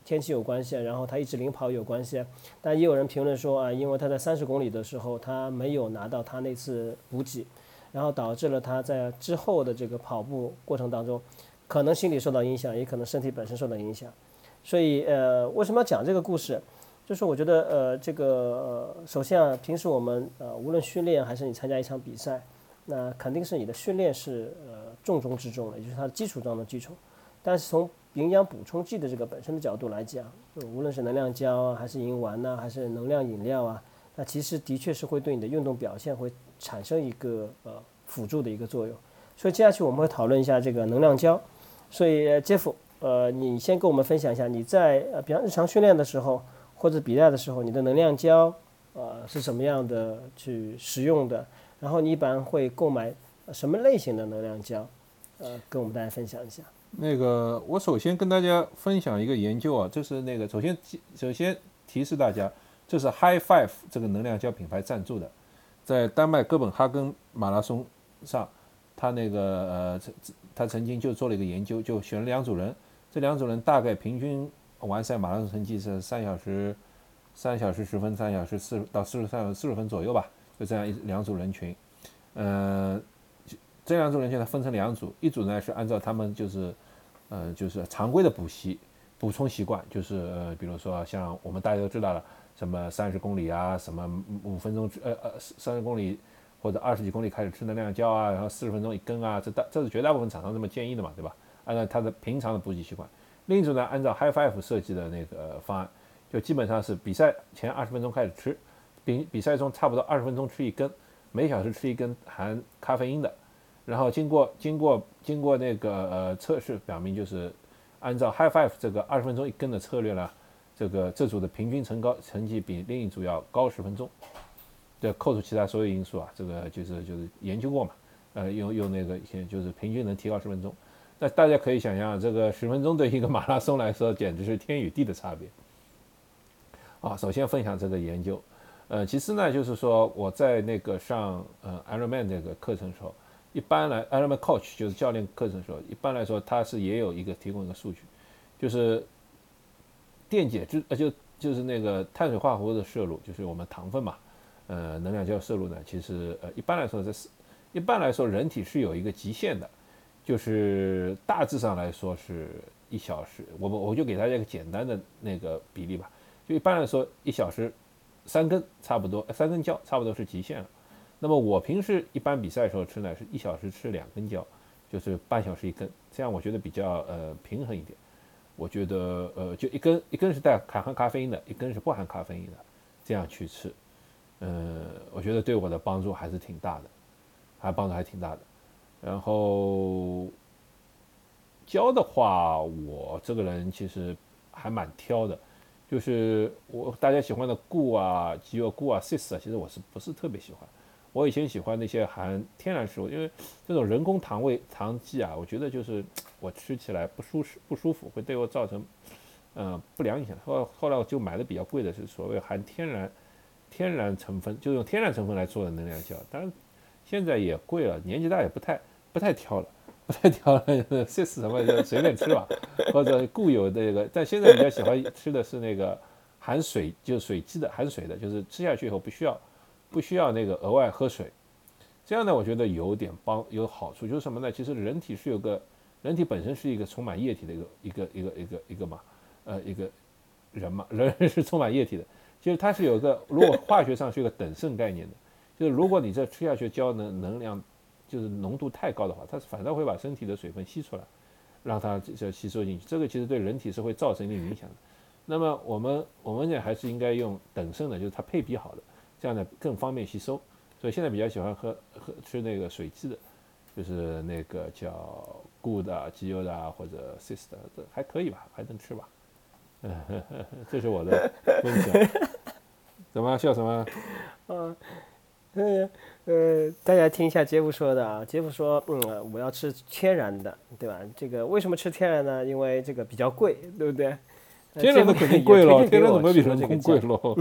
天气有关系，然后他一直领跑有关系，但也有人评论说啊，因为他在三十公里的时候他没有拿到他那次补给，然后导致了他在之后的这个跑步过程当中，可能心理受到影响，也可能身体本身受到影响。所以呃，为什么要讲这个故事？就是我觉得呃，这个呃，首先啊，平时我们呃，无论训练还是你参加一场比赛，那肯定是你的训练是呃重中之重的，也就是它的基础中的基础。但是从营养补充剂的这个本身的角度来讲，就无论是能量胶啊，还是银丸呐、啊，还是能量饮料啊，那其实的确是会对你的运动表现会产生一个呃辅助的一个作用。所以接下去我们会讨论一下这个能量胶。所以杰夫，呃，你先跟我们分享一下你在呃，比方日常训练的时候。或者比赛的时候，你的能量胶，呃，是什么样的去使用的？然后你一般会购买什么类型的能量胶？呃，跟我们大家分享一下。 那个，我首先跟大家分享一个研究啊，这是那个首先首先提示大家，这是 High Five 这个能量胶品牌赞助的，在丹麦哥本哈根马拉松上，他那个呃，他曾经就做了一个研究，就选了两组人，这两组人大概平均完赛马拉松成绩是三小时、三小时十分、三小时四到四十三四十分左右吧，就这样一两组人群。呃，这两组人群呢分成两组，一组呢是按照他们就是呃就是常规的补习补充习惯，就是呃比如说像我们大家都知道了，什么三十公里啊，什么五分钟呃呃三十公里或者二十几公里开始吃能量胶啊，然后四十分钟一根啊，这大这是绝大部分厂商这么建议的嘛，对吧？按照他的平常的补给习惯。另一组呢，按照 High Five 设计的那个方案，就基本上是比赛前二十分钟开始吃，比比赛中差不多二十分钟吃一根，每小时吃一根含咖啡因的，然后经过经过经过那个呃测试表明，就是按照 High Five 这个二十分钟一根的策略呢，这个这组的平均成高成绩比另一组要高十分钟。这扣除其他所有因素啊，这个就是就是研究过嘛，呃，用用那个就是平均能提高十分钟。那大家可以想象，这个十分钟对一个马拉松来说，简直是天与地的差别。啊，首先分享这个研究，呃，其次呢，就是说我在那个上呃 Ironman 这个课程的时候，一般来 Ironman Coach 就是教练课程的时候，一般来说它是也有一个提供一个数据，就是电解质呃就就是那个碳水化合物的摄入，就是我们糖分嘛，呃，能量胶摄入呢，其实呃一般来说这是一般来说人体是有一个极限的。就是大致上来说是一小时，我我就给大家一个简单的那个比例吧，就一般来说一小时三根差不多，三根胶差不多是极限了。那么我平时一般比赛的时候吃呢，是一小时吃两根胶，就是半小时一根，这样我觉得比较呃平衡一点。我觉得呃就一根一根是带含咖啡因的，一根是不含咖啡因的，这样去吃，呃，我觉得对我的帮助还是挺大的，还帮助还挺大的。然后胶的话，我这个人其实还蛮挑的，就是我大家喜欢的固啊、肌肉固啊、C I S 啊，其实我是不是特别喜欢？我以前喜欢那些含天然食物，因为这种人工糖味糖剂啊，我觉得就是我吃起来不舒适、不舒服，会对我造成呃不良影响。后后来我就买的比较贵的是所谓含天然天然成分，就用天然成分来做的能量胶，当然现在也贵了，年纪大也不太。不太挑了，不太挑了 ，C I S 什么就随便吃吧，或者固有的这个，但现在比较喜欢吃的是那个含水，就是水基的含水的，就是吃下去以后不需要不需要那个额外喝水，这样呢，我觉得有点帮有好处，就是什么呢？其实人体是有个人体本身是一个充满液体的一个一个一个一个一个嘛，呃，一个人嘛，人是充满液体的，其实它是有一个，如果化学上是一个等渗概念的，就是如果你这吃下去胶能能量。就是浓度太高的话，它反倒会把身体的水分吸出来，让它就吸收进去。这个其实对人体是会造成一定影响的。那么我们我们呢还是应该用等渗的，就是它配比好的，这样呢更方便吸收。所以现在比较喜欢喝喝吃那个水基的，就是那个叫固的、鸡油的啊，或者 C I S 的，这还可以吧，还能吃吧。这是我的分享。怎么笑什么？ 嗯。呃呃，大家听一下杰夫说的啊，杰夫说，嗯，我要吃天然的，对吧？这个为什么吃天然呢？因为这个比较贵，对不对？ 天然的肯定贵了，天然怎么比人工贵喽？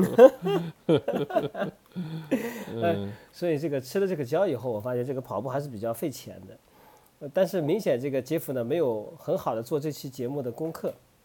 嗯，所以这个吃了这个胶以后，我发现这个跑步还是比较费钱的。但是明显这个杰夫呢没有很好的做这期节目的功课，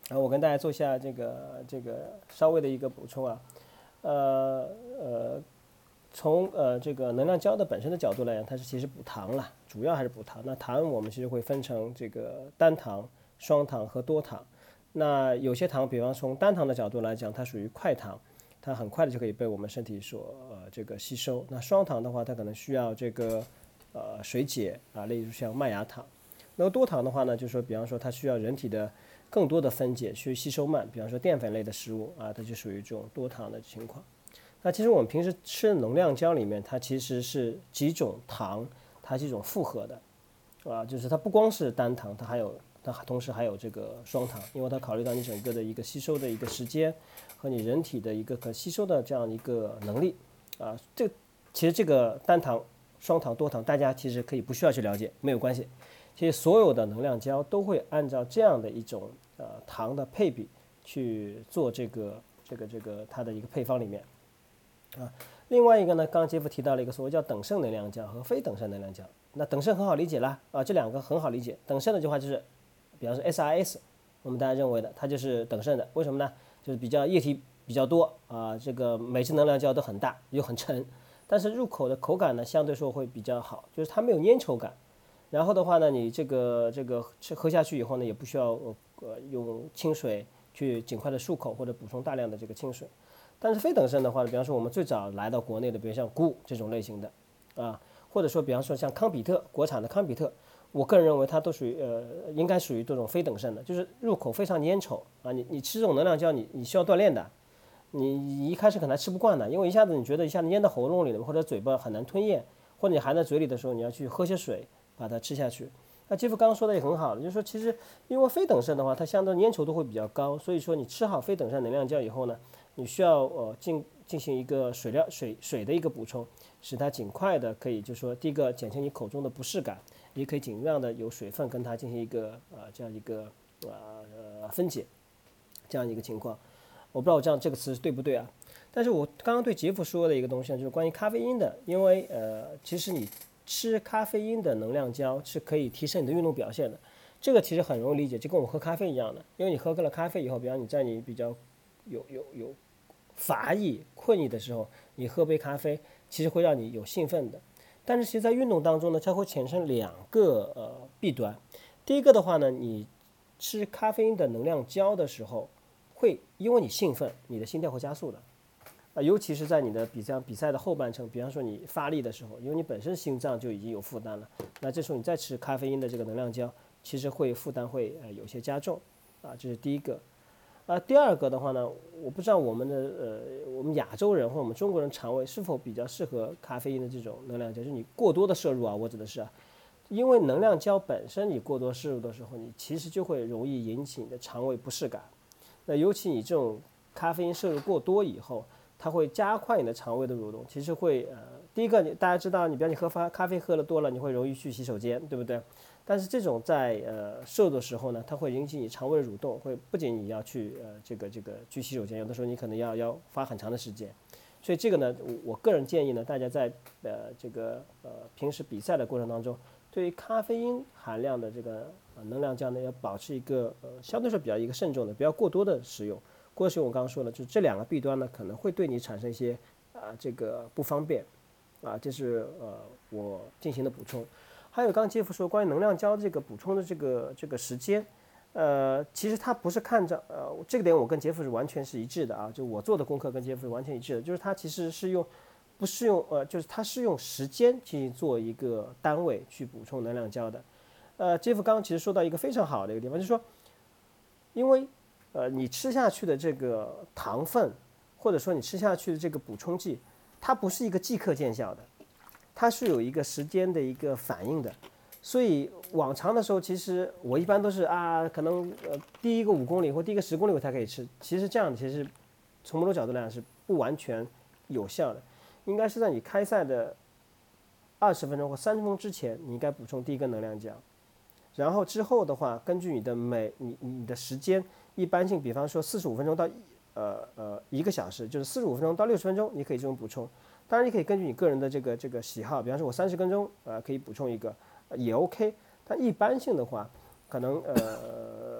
然后我跟大家做一下这个这个稍微的一个补充啊，呃呃，从呃这个能量胶的本身的角度来讲，它是其实补糖了，主要还是补糖。那糖我们其实会分成这个单糖、双糖和多糖。那有些糖，比方从单糖的角度来讲，它属于快糖，它很快的就可以被我们身体所呃这个吸收。那双糖的话，它可能需要这个呃水解啊，例如像麦芽糖。那么多糖的话呢，就是说，比方说它需要人体的更多的分解，去吸收慢，比方说淀粉类的食物啊，它就属于这种多糖的情况。那其实我们平时吃的能量胶里面，它其实是几种糖，它是一种复合的，啊，就是它不光是单糖，它还有它同时还有这个双糖，因为它考虑到你整个的一个吸收的一个时间和你人体的一个可吸收的这样一个能力，啊，这其实这个单糖、双糖、多糖，大家其实可以不需要去了解，没有关系。其实所有的能量胶都会按照这样的一种呃糖的配比去做这个这个这个它的一个配方里面啊。另外一个呢，刚刚杰夫提到了一个所谓叫等渗能量胶和非等渗能量胶。那等渗很好理解啦啊，这两个很好理解。等渗的话就是，比方说 S R S， 我们大家认为的它就是等渗的，为什么呢？就是比较液体比较多啊，这个每支能量胶都很大又很沉，但是入口的口感呢相对说会比较好，就是它没有粘稠感。然后的话呢，你这个这个吃喝下去以后呢，也不需要呃用清水去尽快的漱口或者补充大量的这个清水。但是非等渗的话呢，比方说我们最早来到国内的，比如像谷物这种类型的啊，或者说比方说像康比特国产的康比特，我个人认为它都属于呃应该属于这种非等渗的，就是入口非常粘稠啊。你你吃这种能量胶，你你需要锻炼的，你你一开始可能吃不惯的，因为一下子你觉得一下子粘到喉咙里了，或者嘴巴很难吞咽，或者你含在嘴里的时候，你要去喝些水。把它吃下去。那杰夫刚刚说的也很好的，就是说其实因为非等渗的话，它相对粘稠度会比较高，所以说你吃好非等渗能量胶以后呢，你需要呃进进行一个水料水水的一个补充，使它尽快的可以就是说第一个减轻你口中的不适感，也可以尽量的有水分跟它进行一个呃这样一个呃呃分解这样一个情况。我不知道我这样这个词对不对啊？但是我刚刚对杰夫说的一个东西呢，就是关于咖啡因的，因为呃其实你吃咖啡因的能量胶是可以提升你的运动表现的，这个其实很容易理解，就跟我们喝咖啡一样的。因为你喝了咖啡以后，比方你在你比较有有有乏意、困意的时候，你喝杯咖啡，其实会让你有兴奋的。但是其实，在运动当中呢，它会产生两个呃弊端。第一个的话呢，你吃咖啡因的能量胶的时候，会因为你兴奋，你的心跳会加速的。啊，尤其是在你的比赛比赛的后半程，比方说你发力的时候，因为你本身心脏就已经有负担了，那这时候你再吃咖啡因的这个能量胶，其实会负担会呃有些加重，啊，这是第一个。啊，第二个的话呢，我不知道我们的呃我们亚洲人或者我们中国人肠胃是否比较适合咖啡因的这种能量胶，就是你过多的摄入啊，我指的是啊，因为能量胶本身你过多摄入的时候，你其实就会容易引起你的肠胃不适感。那尤其你这种咖啡因摄入过多以后，它会加快你的肠胃的蠕动，其实会呃，第一个你大家知道，你比方你喝发咖啡喝了多了，你会容易去洗手间，对不对？但是这种在呃摄入的时候呢，它会引起你肠胃蠕动，会不仅你要去呃这个这个去洗手间，有的时候你可能要要花很长的时间，所以这个呢，我我个人建议呢，大家在呃这个呃平时比赛的过程当中，对于咖啡因含量的这个呃能量胶呢，要保持一个呃相对说比较一个慎重的，不要过多的使用。过使用我刚刚说了，就这两个弊端呢，可能会对你产生一些啊、呃、这个不方便，啊，这是呃我进行的补充。还有刚刚杰夫说关于能量胶这个补充的这个这个时间，呃，其实它不是看着呃这个点我跟杰夫是完全是一致的啊，就我做的功课跟杰夫是完全一致的，就是它其实是用不是用呃就是它是用时间进行做一个单位去补充能量胶的。呃，杰夫刚刚其实说到一个非常好的一个地方，就是说，因为呃，你吃下去的这个糖分，或者说你吃下去的这个补充剂，它不是一个即刻见效的，它是有一个时间的一个反应的。所以往常的时候，其实我一般都是啊，可能呃第一个五公里或第一个十公里我才可以吃。其实这样其实从某种角度来讲是不完全有效的，应该是在你开赛的二十分钟或三十分钟之前，你应该补充第一根能量胶。然后之后的话，根据你的每你你的时间，一般性，比方说四十五分钟到呃呃一个小时，就是四十五分钟到六十分钟，你可以这种补充。当然，你可以根据你个人的这个这个喜好，比方说我三十分钟，呃，可以补充一个，呃、也 OK。但一般性的话，可能呃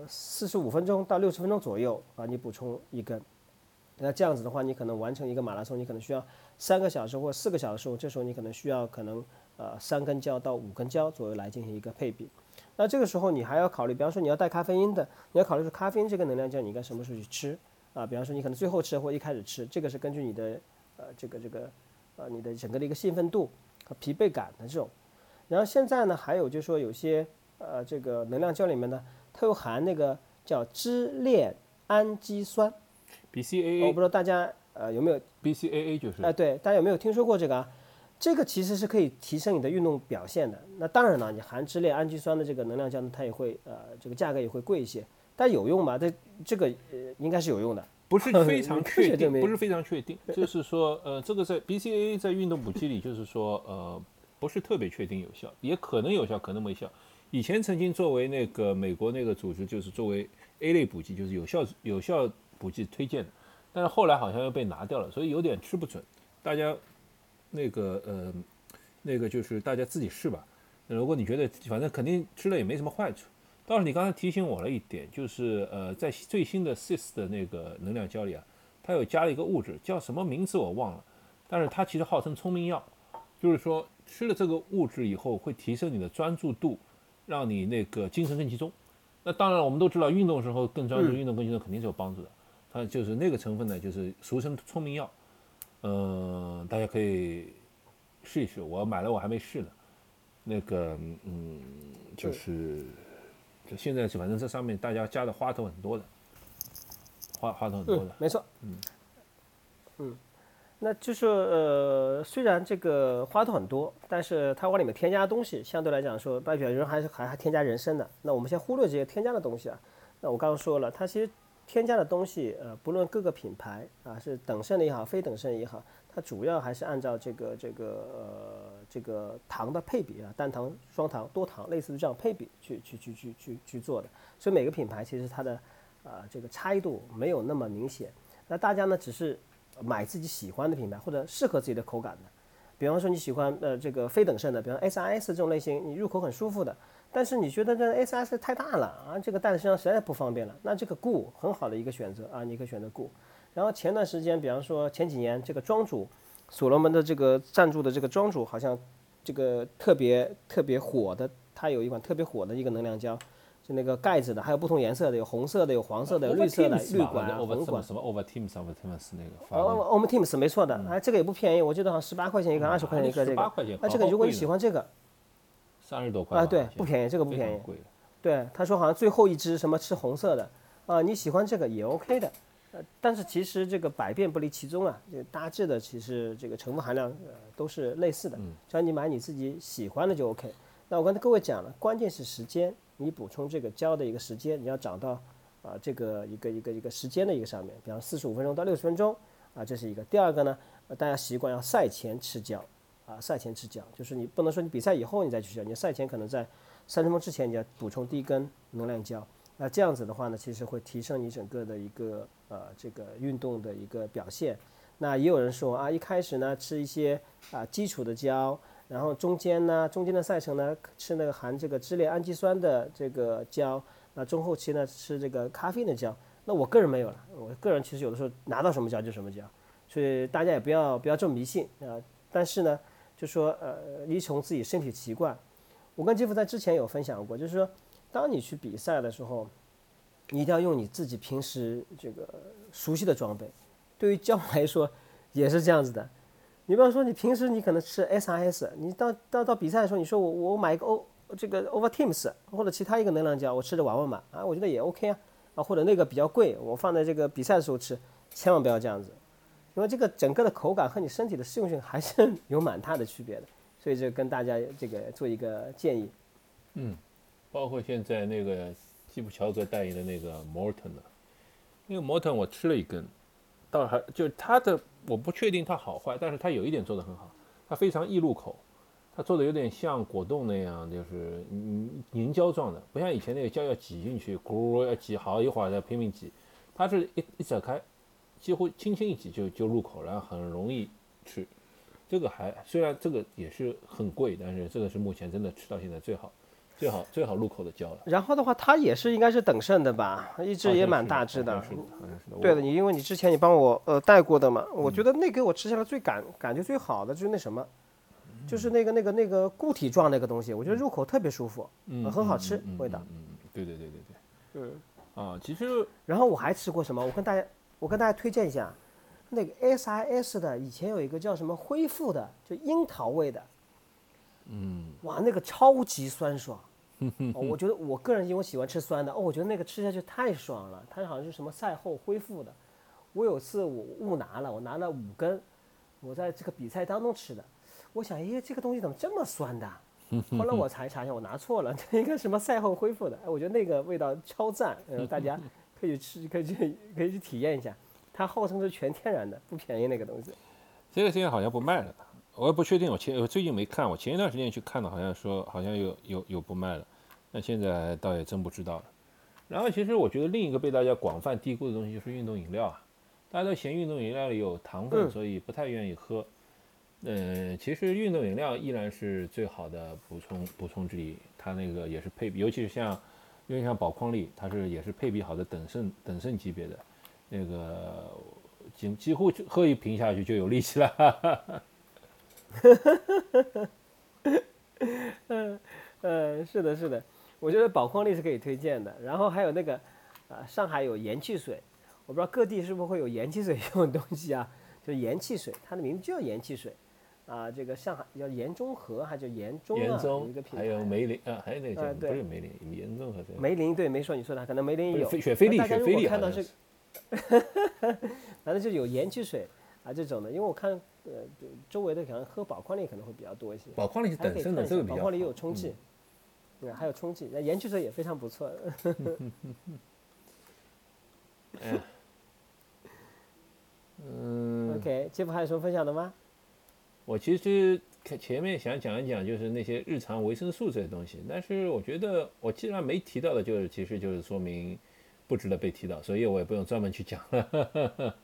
四十五分钟到六十分钟左右啊，你补充一根。那这样子的话，你可能完成一个马拉松，你可能需要三个小时或四个小时，这时候你可能需要可能呃三根胶到五根胶左右来进行一个配比。那这个时候你还要考虑，比方说你要带咖啡因的，你要考虑说咖啡因这个能量胶你应该什么时候去吃啊？比方说你可能最后吃或一开始吃，这个是根据你的呃这个这个呃你的整个的一个兴奋度和疲惫感的这种。然后现在呢，还有就是说有些呃这个能量胶里面呢，它又含那个叫支链氨基酸。 B C A A， 我不知道大家呃有没有 B C A A 就是哎、呃、对，大家有没有听说过这个啊？这个其实是可以提升你的运动表现的。那当然了，你含支链氨基酸的这个能量胶呢，它也会呃这个价格也会贵一些，但有用吗？这这个呃应该是有用的， 不是非常确定，不是非常确定， 对就是说呃这个在 B C A A 在运动补剂里就是说呃不是特别确定有效，也可能有效，可能没效。以前曾经作为那个美国那个组织就是作为 A 类补剂，就是有效有效补剂推荐的，但是后来好像又被拿掉了，所以有点吃不准。大家那个呃那个就是大家自己试吧。如果你觉得反正肯定吃了也没什么坏处。倒是你刚才提醒我了一点，就是呃在最新的 S I S 的那个能量胶里啊，它有加了一个物质，叫什么名字我忘了，但是它其实号称聪明药，就是说吃了这个物质以后会提升你的专注度，让你那个精神更集中。那当然我们都知道运动时候更专注，运动更集中肯定是有帮助的。它就是那个成分呢，就是俗称聪明药。嗯、呃，大家可以试一试。我买了，我还没试呢。那个，嗯，就是就现在反正这上面大家加的花头很多的，花花头很多的。 嗯、没错。 嗯嗯，那就是呃，虽然这个花头很多，但是它往里面添加的东西相对来讲说，代表人还是还还添加人参的。那我们先忽略这些添加的东西啊。那我刚刚说了，它其实添加的东西，呃，不论各个品牌啊，是等渗的也好，非等渗也好，它主要还是按照这个这个呃这个糖的配比啊，单糖、双糖、多糖，类似于这样配比去去去去去去做的。所以每个品牌其实它的啊、呃、这个差异度没有那么明显。那大家呢只是买自己喜欢的品牌或者适合自己的口感的，比方说你喜欢呃这个非等渗的，比方 S R S 这种类型，你入口很舒服的，但是你觉得这 S R S 太大了啊，这个带在身上实在不方便了，那这个 G U 很好的一个选择啊，你可以选择 G U。然后前段时间，比方说前几年这个庄主，所罗门的这个赞助的这个庄主好像这个特别特别火的，它有一款特别火的一个能量胶。就那个盖子的，还有不同颜色的，有红色的，有黄色的，有绿色的，绿管啊，红管。 什么 Over Teams，Over Teams 那个。 哦 ，Over Teams 没错的，哎，这个也不便宜，我记得好像十八块钱一个，二十块钱一个这个。 十八块钱。 那这个如果你喜欢这个， 三十多块啊，对，不便宜，这个不便宜。对，他说好像最后一支什么吃红色的啊，你喜欢这个也 OK 的。呃，但是其实这个百变不离其宗啊，就大致的其实这个成分含量呃都是类似的，只要你买你自己喜欢的就 OK。那我刚才各位讲了，关键是时间。你补充这个胶的一个时间，你要找到啊、呃、这个一个一个一个时间的一个上面，比方四十五分钟到六十分钟啊，这是一个。第二个呢，呃、大家习惯要赛前吃胶啊，赛前吃胶，就是你不能说你比赛以后你再去吃胶，你赛前可能在三十分钟之前你要补充第一根能量胶。那这样子的话呢，其实会提升你整个的一个呃这个运动的一个表现。那也有人说啊，一开始呢吃一些啊基础的胶。然后中间呢，中间的赛程呢，吃那个含这个支链氨基酸的这个胶，那中后期呢吃这个咖啡因的胶。那我个人没有了，我个人其实有的时候拿到什么胶就什么胶，所以大家也不要不要这么迷信啊、呃。但是呢，就说呃，依从自己身体习惯。我跟杰夫在之前有分享过，就是说，当你去比赛的时候，你一定要用你自己平时这个熟悉的装备。对于胶来说也是这样子的。你比方说，你平时你可能吃 S R S， 你到到到比赛的时候，你说我我买一个 O 这个 Over Teams 或者其他一个能量胶，我吃着玩玩嘛啊，我觉得也 OK 啊啊，或者那个比较贵，我放在这个比赛的时候吃，千万不要这样子，因为这个整个的口感和你身体的适用性还是有蛮大的区别的，所以就跟大家这个做一个建议。 嗯，包括现在那个基普乔格代言的那个 Morton 的，那个 Morton 我吃了一根，倒还就它的。我不确定它好坏，但是它有一点做得很好，它非常易入口，它做的有点像果冻那样，就是凝胶状的，不像以前那个胶要挤进去，咕要挤好一会儿再拼命挤，它是一一扯开，几乎轻轻一挤就就入口，然后很容易吃。这个还虽然这个也是很贵，但是这个是目前真的吃到现在最好。 最好最好入口的胶了。 然后的话，它也是应该是等渗的吧，一只也蛮大只的。 好像是的，好像是的。 对的，你因为你之前你帮我呃带过的嘛，我觉得那给我吃下来最感感觉最好的就是那什么，就是那个那个那个固体状那个东西，我觉得入口特别舒服， 嗯， 很好吃， 嗯味道。 嗯，对对对对对。 嗯。 啊，其实。 然后我还吃过什么？我跟大家我跟大家推荐一下，那个 S I S 的以前有一个叫什么恢复的，就樱桃味的。 嗯。 哇，那个超级酸爽。哦，我觉得我个人因为我喜欢吃酸的，哦，我觉得那个吃下去太爽了。它好像是什么赛后恢复的。我有次我误拿了，我拿了五根，我在这个比赛当中吃的。我想，哎，这个东西怎么这么酸的？后来我查一查一下，我拿错了，这应该什么赛后恢复的。哎，我觉得那个味道超赞，呃，大家可以吃，可以去，可以去体验一下。它号称是全天然的，不便宜那个东西。 这个现在好像不卖了。我也不确定，我前我最近没看，我前一段时间去看了，好像说好像有有有不卖了，那现在倒也真不知道了。然后其实我觉得另一个被大家广泛低估的东西就是运动饮料啊，大家都嫌运动饮料里有糖分，所以不太愿意喝。嗯、呃，其实运动饮料依然是最好的补充补充之一，它那个也是配比，尤其是像因为像宝矿力，它是也是配比好的等渗等渗级别的，那个几几乎喝一瓶下去就有力气了。哈哈哈。 嗯嗯，是的，是的，我觉得宝矿力是可以推荐的。然后还有那个，啊、呃，上海有盐汽水，我不知道各地是不是会有盐汽水这种东西啊？就是盐汽水，它的名字就叫盐汽水，啊、呃，这个上海叫盐中和还叫盐中啊， 盐中一个品牌， 还有梅林啊，还有那个叫、呃、 不是梅林，盐中和这个梅林，对，没说你说的，可能梅林也有。 雪菲力， 大家如果看到是， 反正就有盐汽水啊这种的，因为我看呃周围的可能喝宝矿力可能会比较多一些。 宝矿力是等渗的，这个比较好。 宝矿力也有充气，对、嗯，还有充气，那盐汽水也非常不错。 哎呀，嗯 ，OK， 杰夫还有什么分享的吗？ 我其实前面想讲一讲就是那些日常维生素这些东西，但是我觉得我既然没提到的，就是其实就是说明不值得被提到，所以我也不用专门去讲了。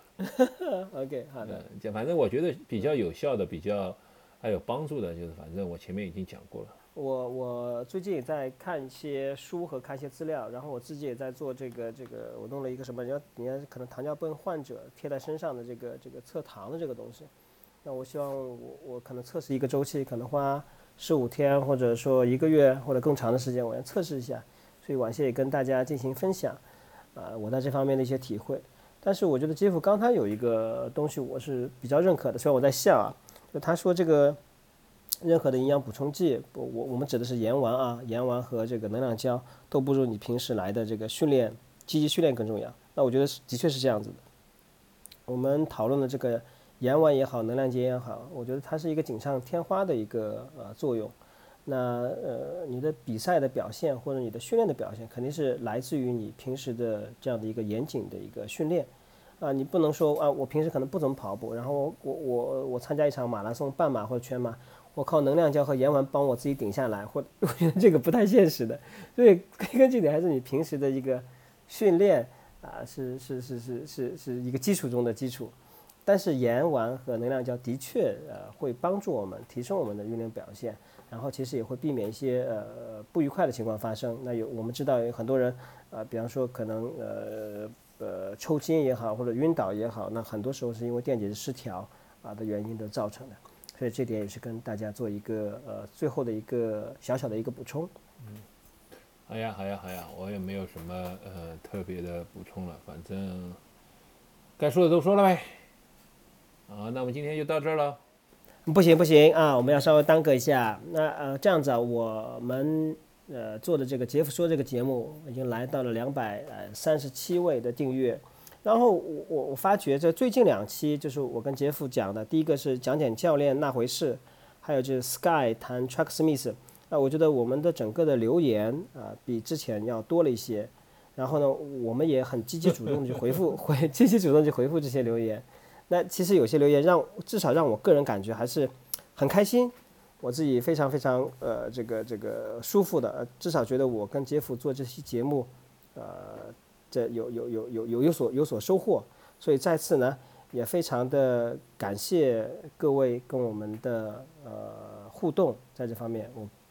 OK， 好的。 嗯，反正我觉得比较有效的、比较还有帮助的，就是反正我前面已经讲过了。 我我最近也在看一些书和看一些资料，然后我自己也在做这个这个，我弄了一个什么，人家人家可能糖尿病患者贴在身上的这个这个测糖的这个东西。那我希望我我可能测试一个周期，可能花十五天，或者说一个月或者更长的时间，我要测试一下。所以晚些也跟大家进行分享，啊、呃，我在这方面的一些体会。但是我觉得杰夫刚才有一个东西我是比较认可的，虽然我在笑啊，就他说这个任何的营养补充剂，我我们指的是盐丸啊，盐丸和这个能量胶都不如你平时来的这个训练积极训练更重要。那我觉得的确是这样子的。我们讨论的这个盐丸也好，能量胶也好，我觉得它是一个锦上添花的一个呃作用。那呃，你的比赛的表现或者你的训练的表现，肯定是来自于你平时的这样的一个严谨的一个训练。啊，你不能说啊，我平时可能不怎么跑步，然后我我我参加一场马拉松、半马或者全马，我靠能量胶和盐丸帮我自己顶下来，或我觉得这个不太现实的。所以归根结底还是你平时的一个训练啊，是是是是是是一个基础中的基础。但是盐丸和能量胶的确呃会帮助我们提升我们的运动表现，然后其实也会避免一些呃不愉快的情况发生。那有我们知道有很多人啊、呃，比方说可能呃呃抽筋也好，或者晕倒也好，那很多时候是因为电解质失调啊的原因的造成的。所以这点也是跟大家做一个呃最后的一个小小的一个补充。 嗯，好呀好呀好呀，我也没有什么呃特别的补充了，反正该说的都说了呗。好，那我们今天就到这儿了。 不行不行啊，我们要稍微耽搁一下。那呃这样子啊，我们呃做的这个杰夫说这个节目已经来到了两百呃三十七位的订阅。然后我我我发觉这最近两期就是我跟杰夫讲的，第一个是讲讲教练那回事，还有就是 Sky 谈 Track Smith。那我觉得我们的整个的留言啊、呃、比之前要多了一些。然后呢，我们也很积极主动去回复，回积极主动去回复这些留言。那其实有些留言让至少让我个人感觉还是很开心，我自己非常非常呃这个这个舒服的，呃至少觉得我跟杰夫做这期节目，呃这有有有有有有所有所收获，所以再次呢也非常的感谢各位跟我们的呃互动，在这方面我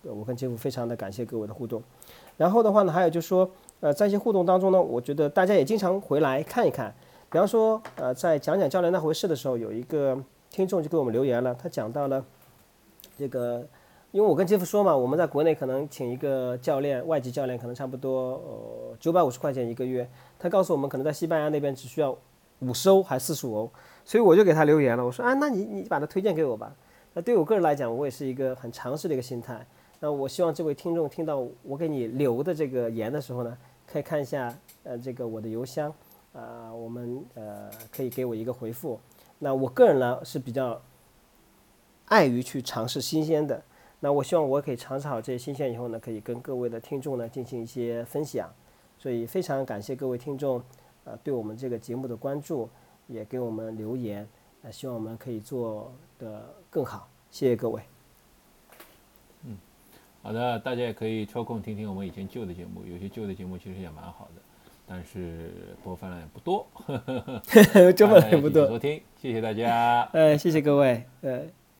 我跟杰夫非常的感谢各位的互动。然后的话呢，还有就是说，呃，在一些互动当中呢，我觉得大家也经常回来看一看。比方说，呃，在讲讲教练那回事的时候，有一个听众就给我们留言了，他讲到了这个，因为我跟杰夫说嘛，我们在国内可能请一个教练，外籍教练可能差不多呃九百五十块钱一个月，他告诉我们可能在西班牙那边只需要五十欧还四十五欧，所以我就给他留言了，我说啊，那你你把它推荐给我吧。那对我个人来讲，我也是一个很尝试的一个心态。那我希望这位听众听到我给你留的这个言的时候呢，可以看一下呃这个我的邮箱啊、呃，我们呃可以给我一个回复。那我个人呢是比较爱于去尝试新鲜的。那我希望我可以尝试好这些新鲜以后呢，可以跟各位的听众呢进行一些分享。所以非常感谢各位听众呃对我们这个节目的关注，也给我们留言，呃希望我们可以做得更好。谢谢各位。 嗯。好的，大家也可以抽空听听我们以前旧的节目，有些旧的节目其实也蛮好的，但是播放量也不多， 播放量也不多。 收听，谢谢大家。 呃，谢谢各位。呃。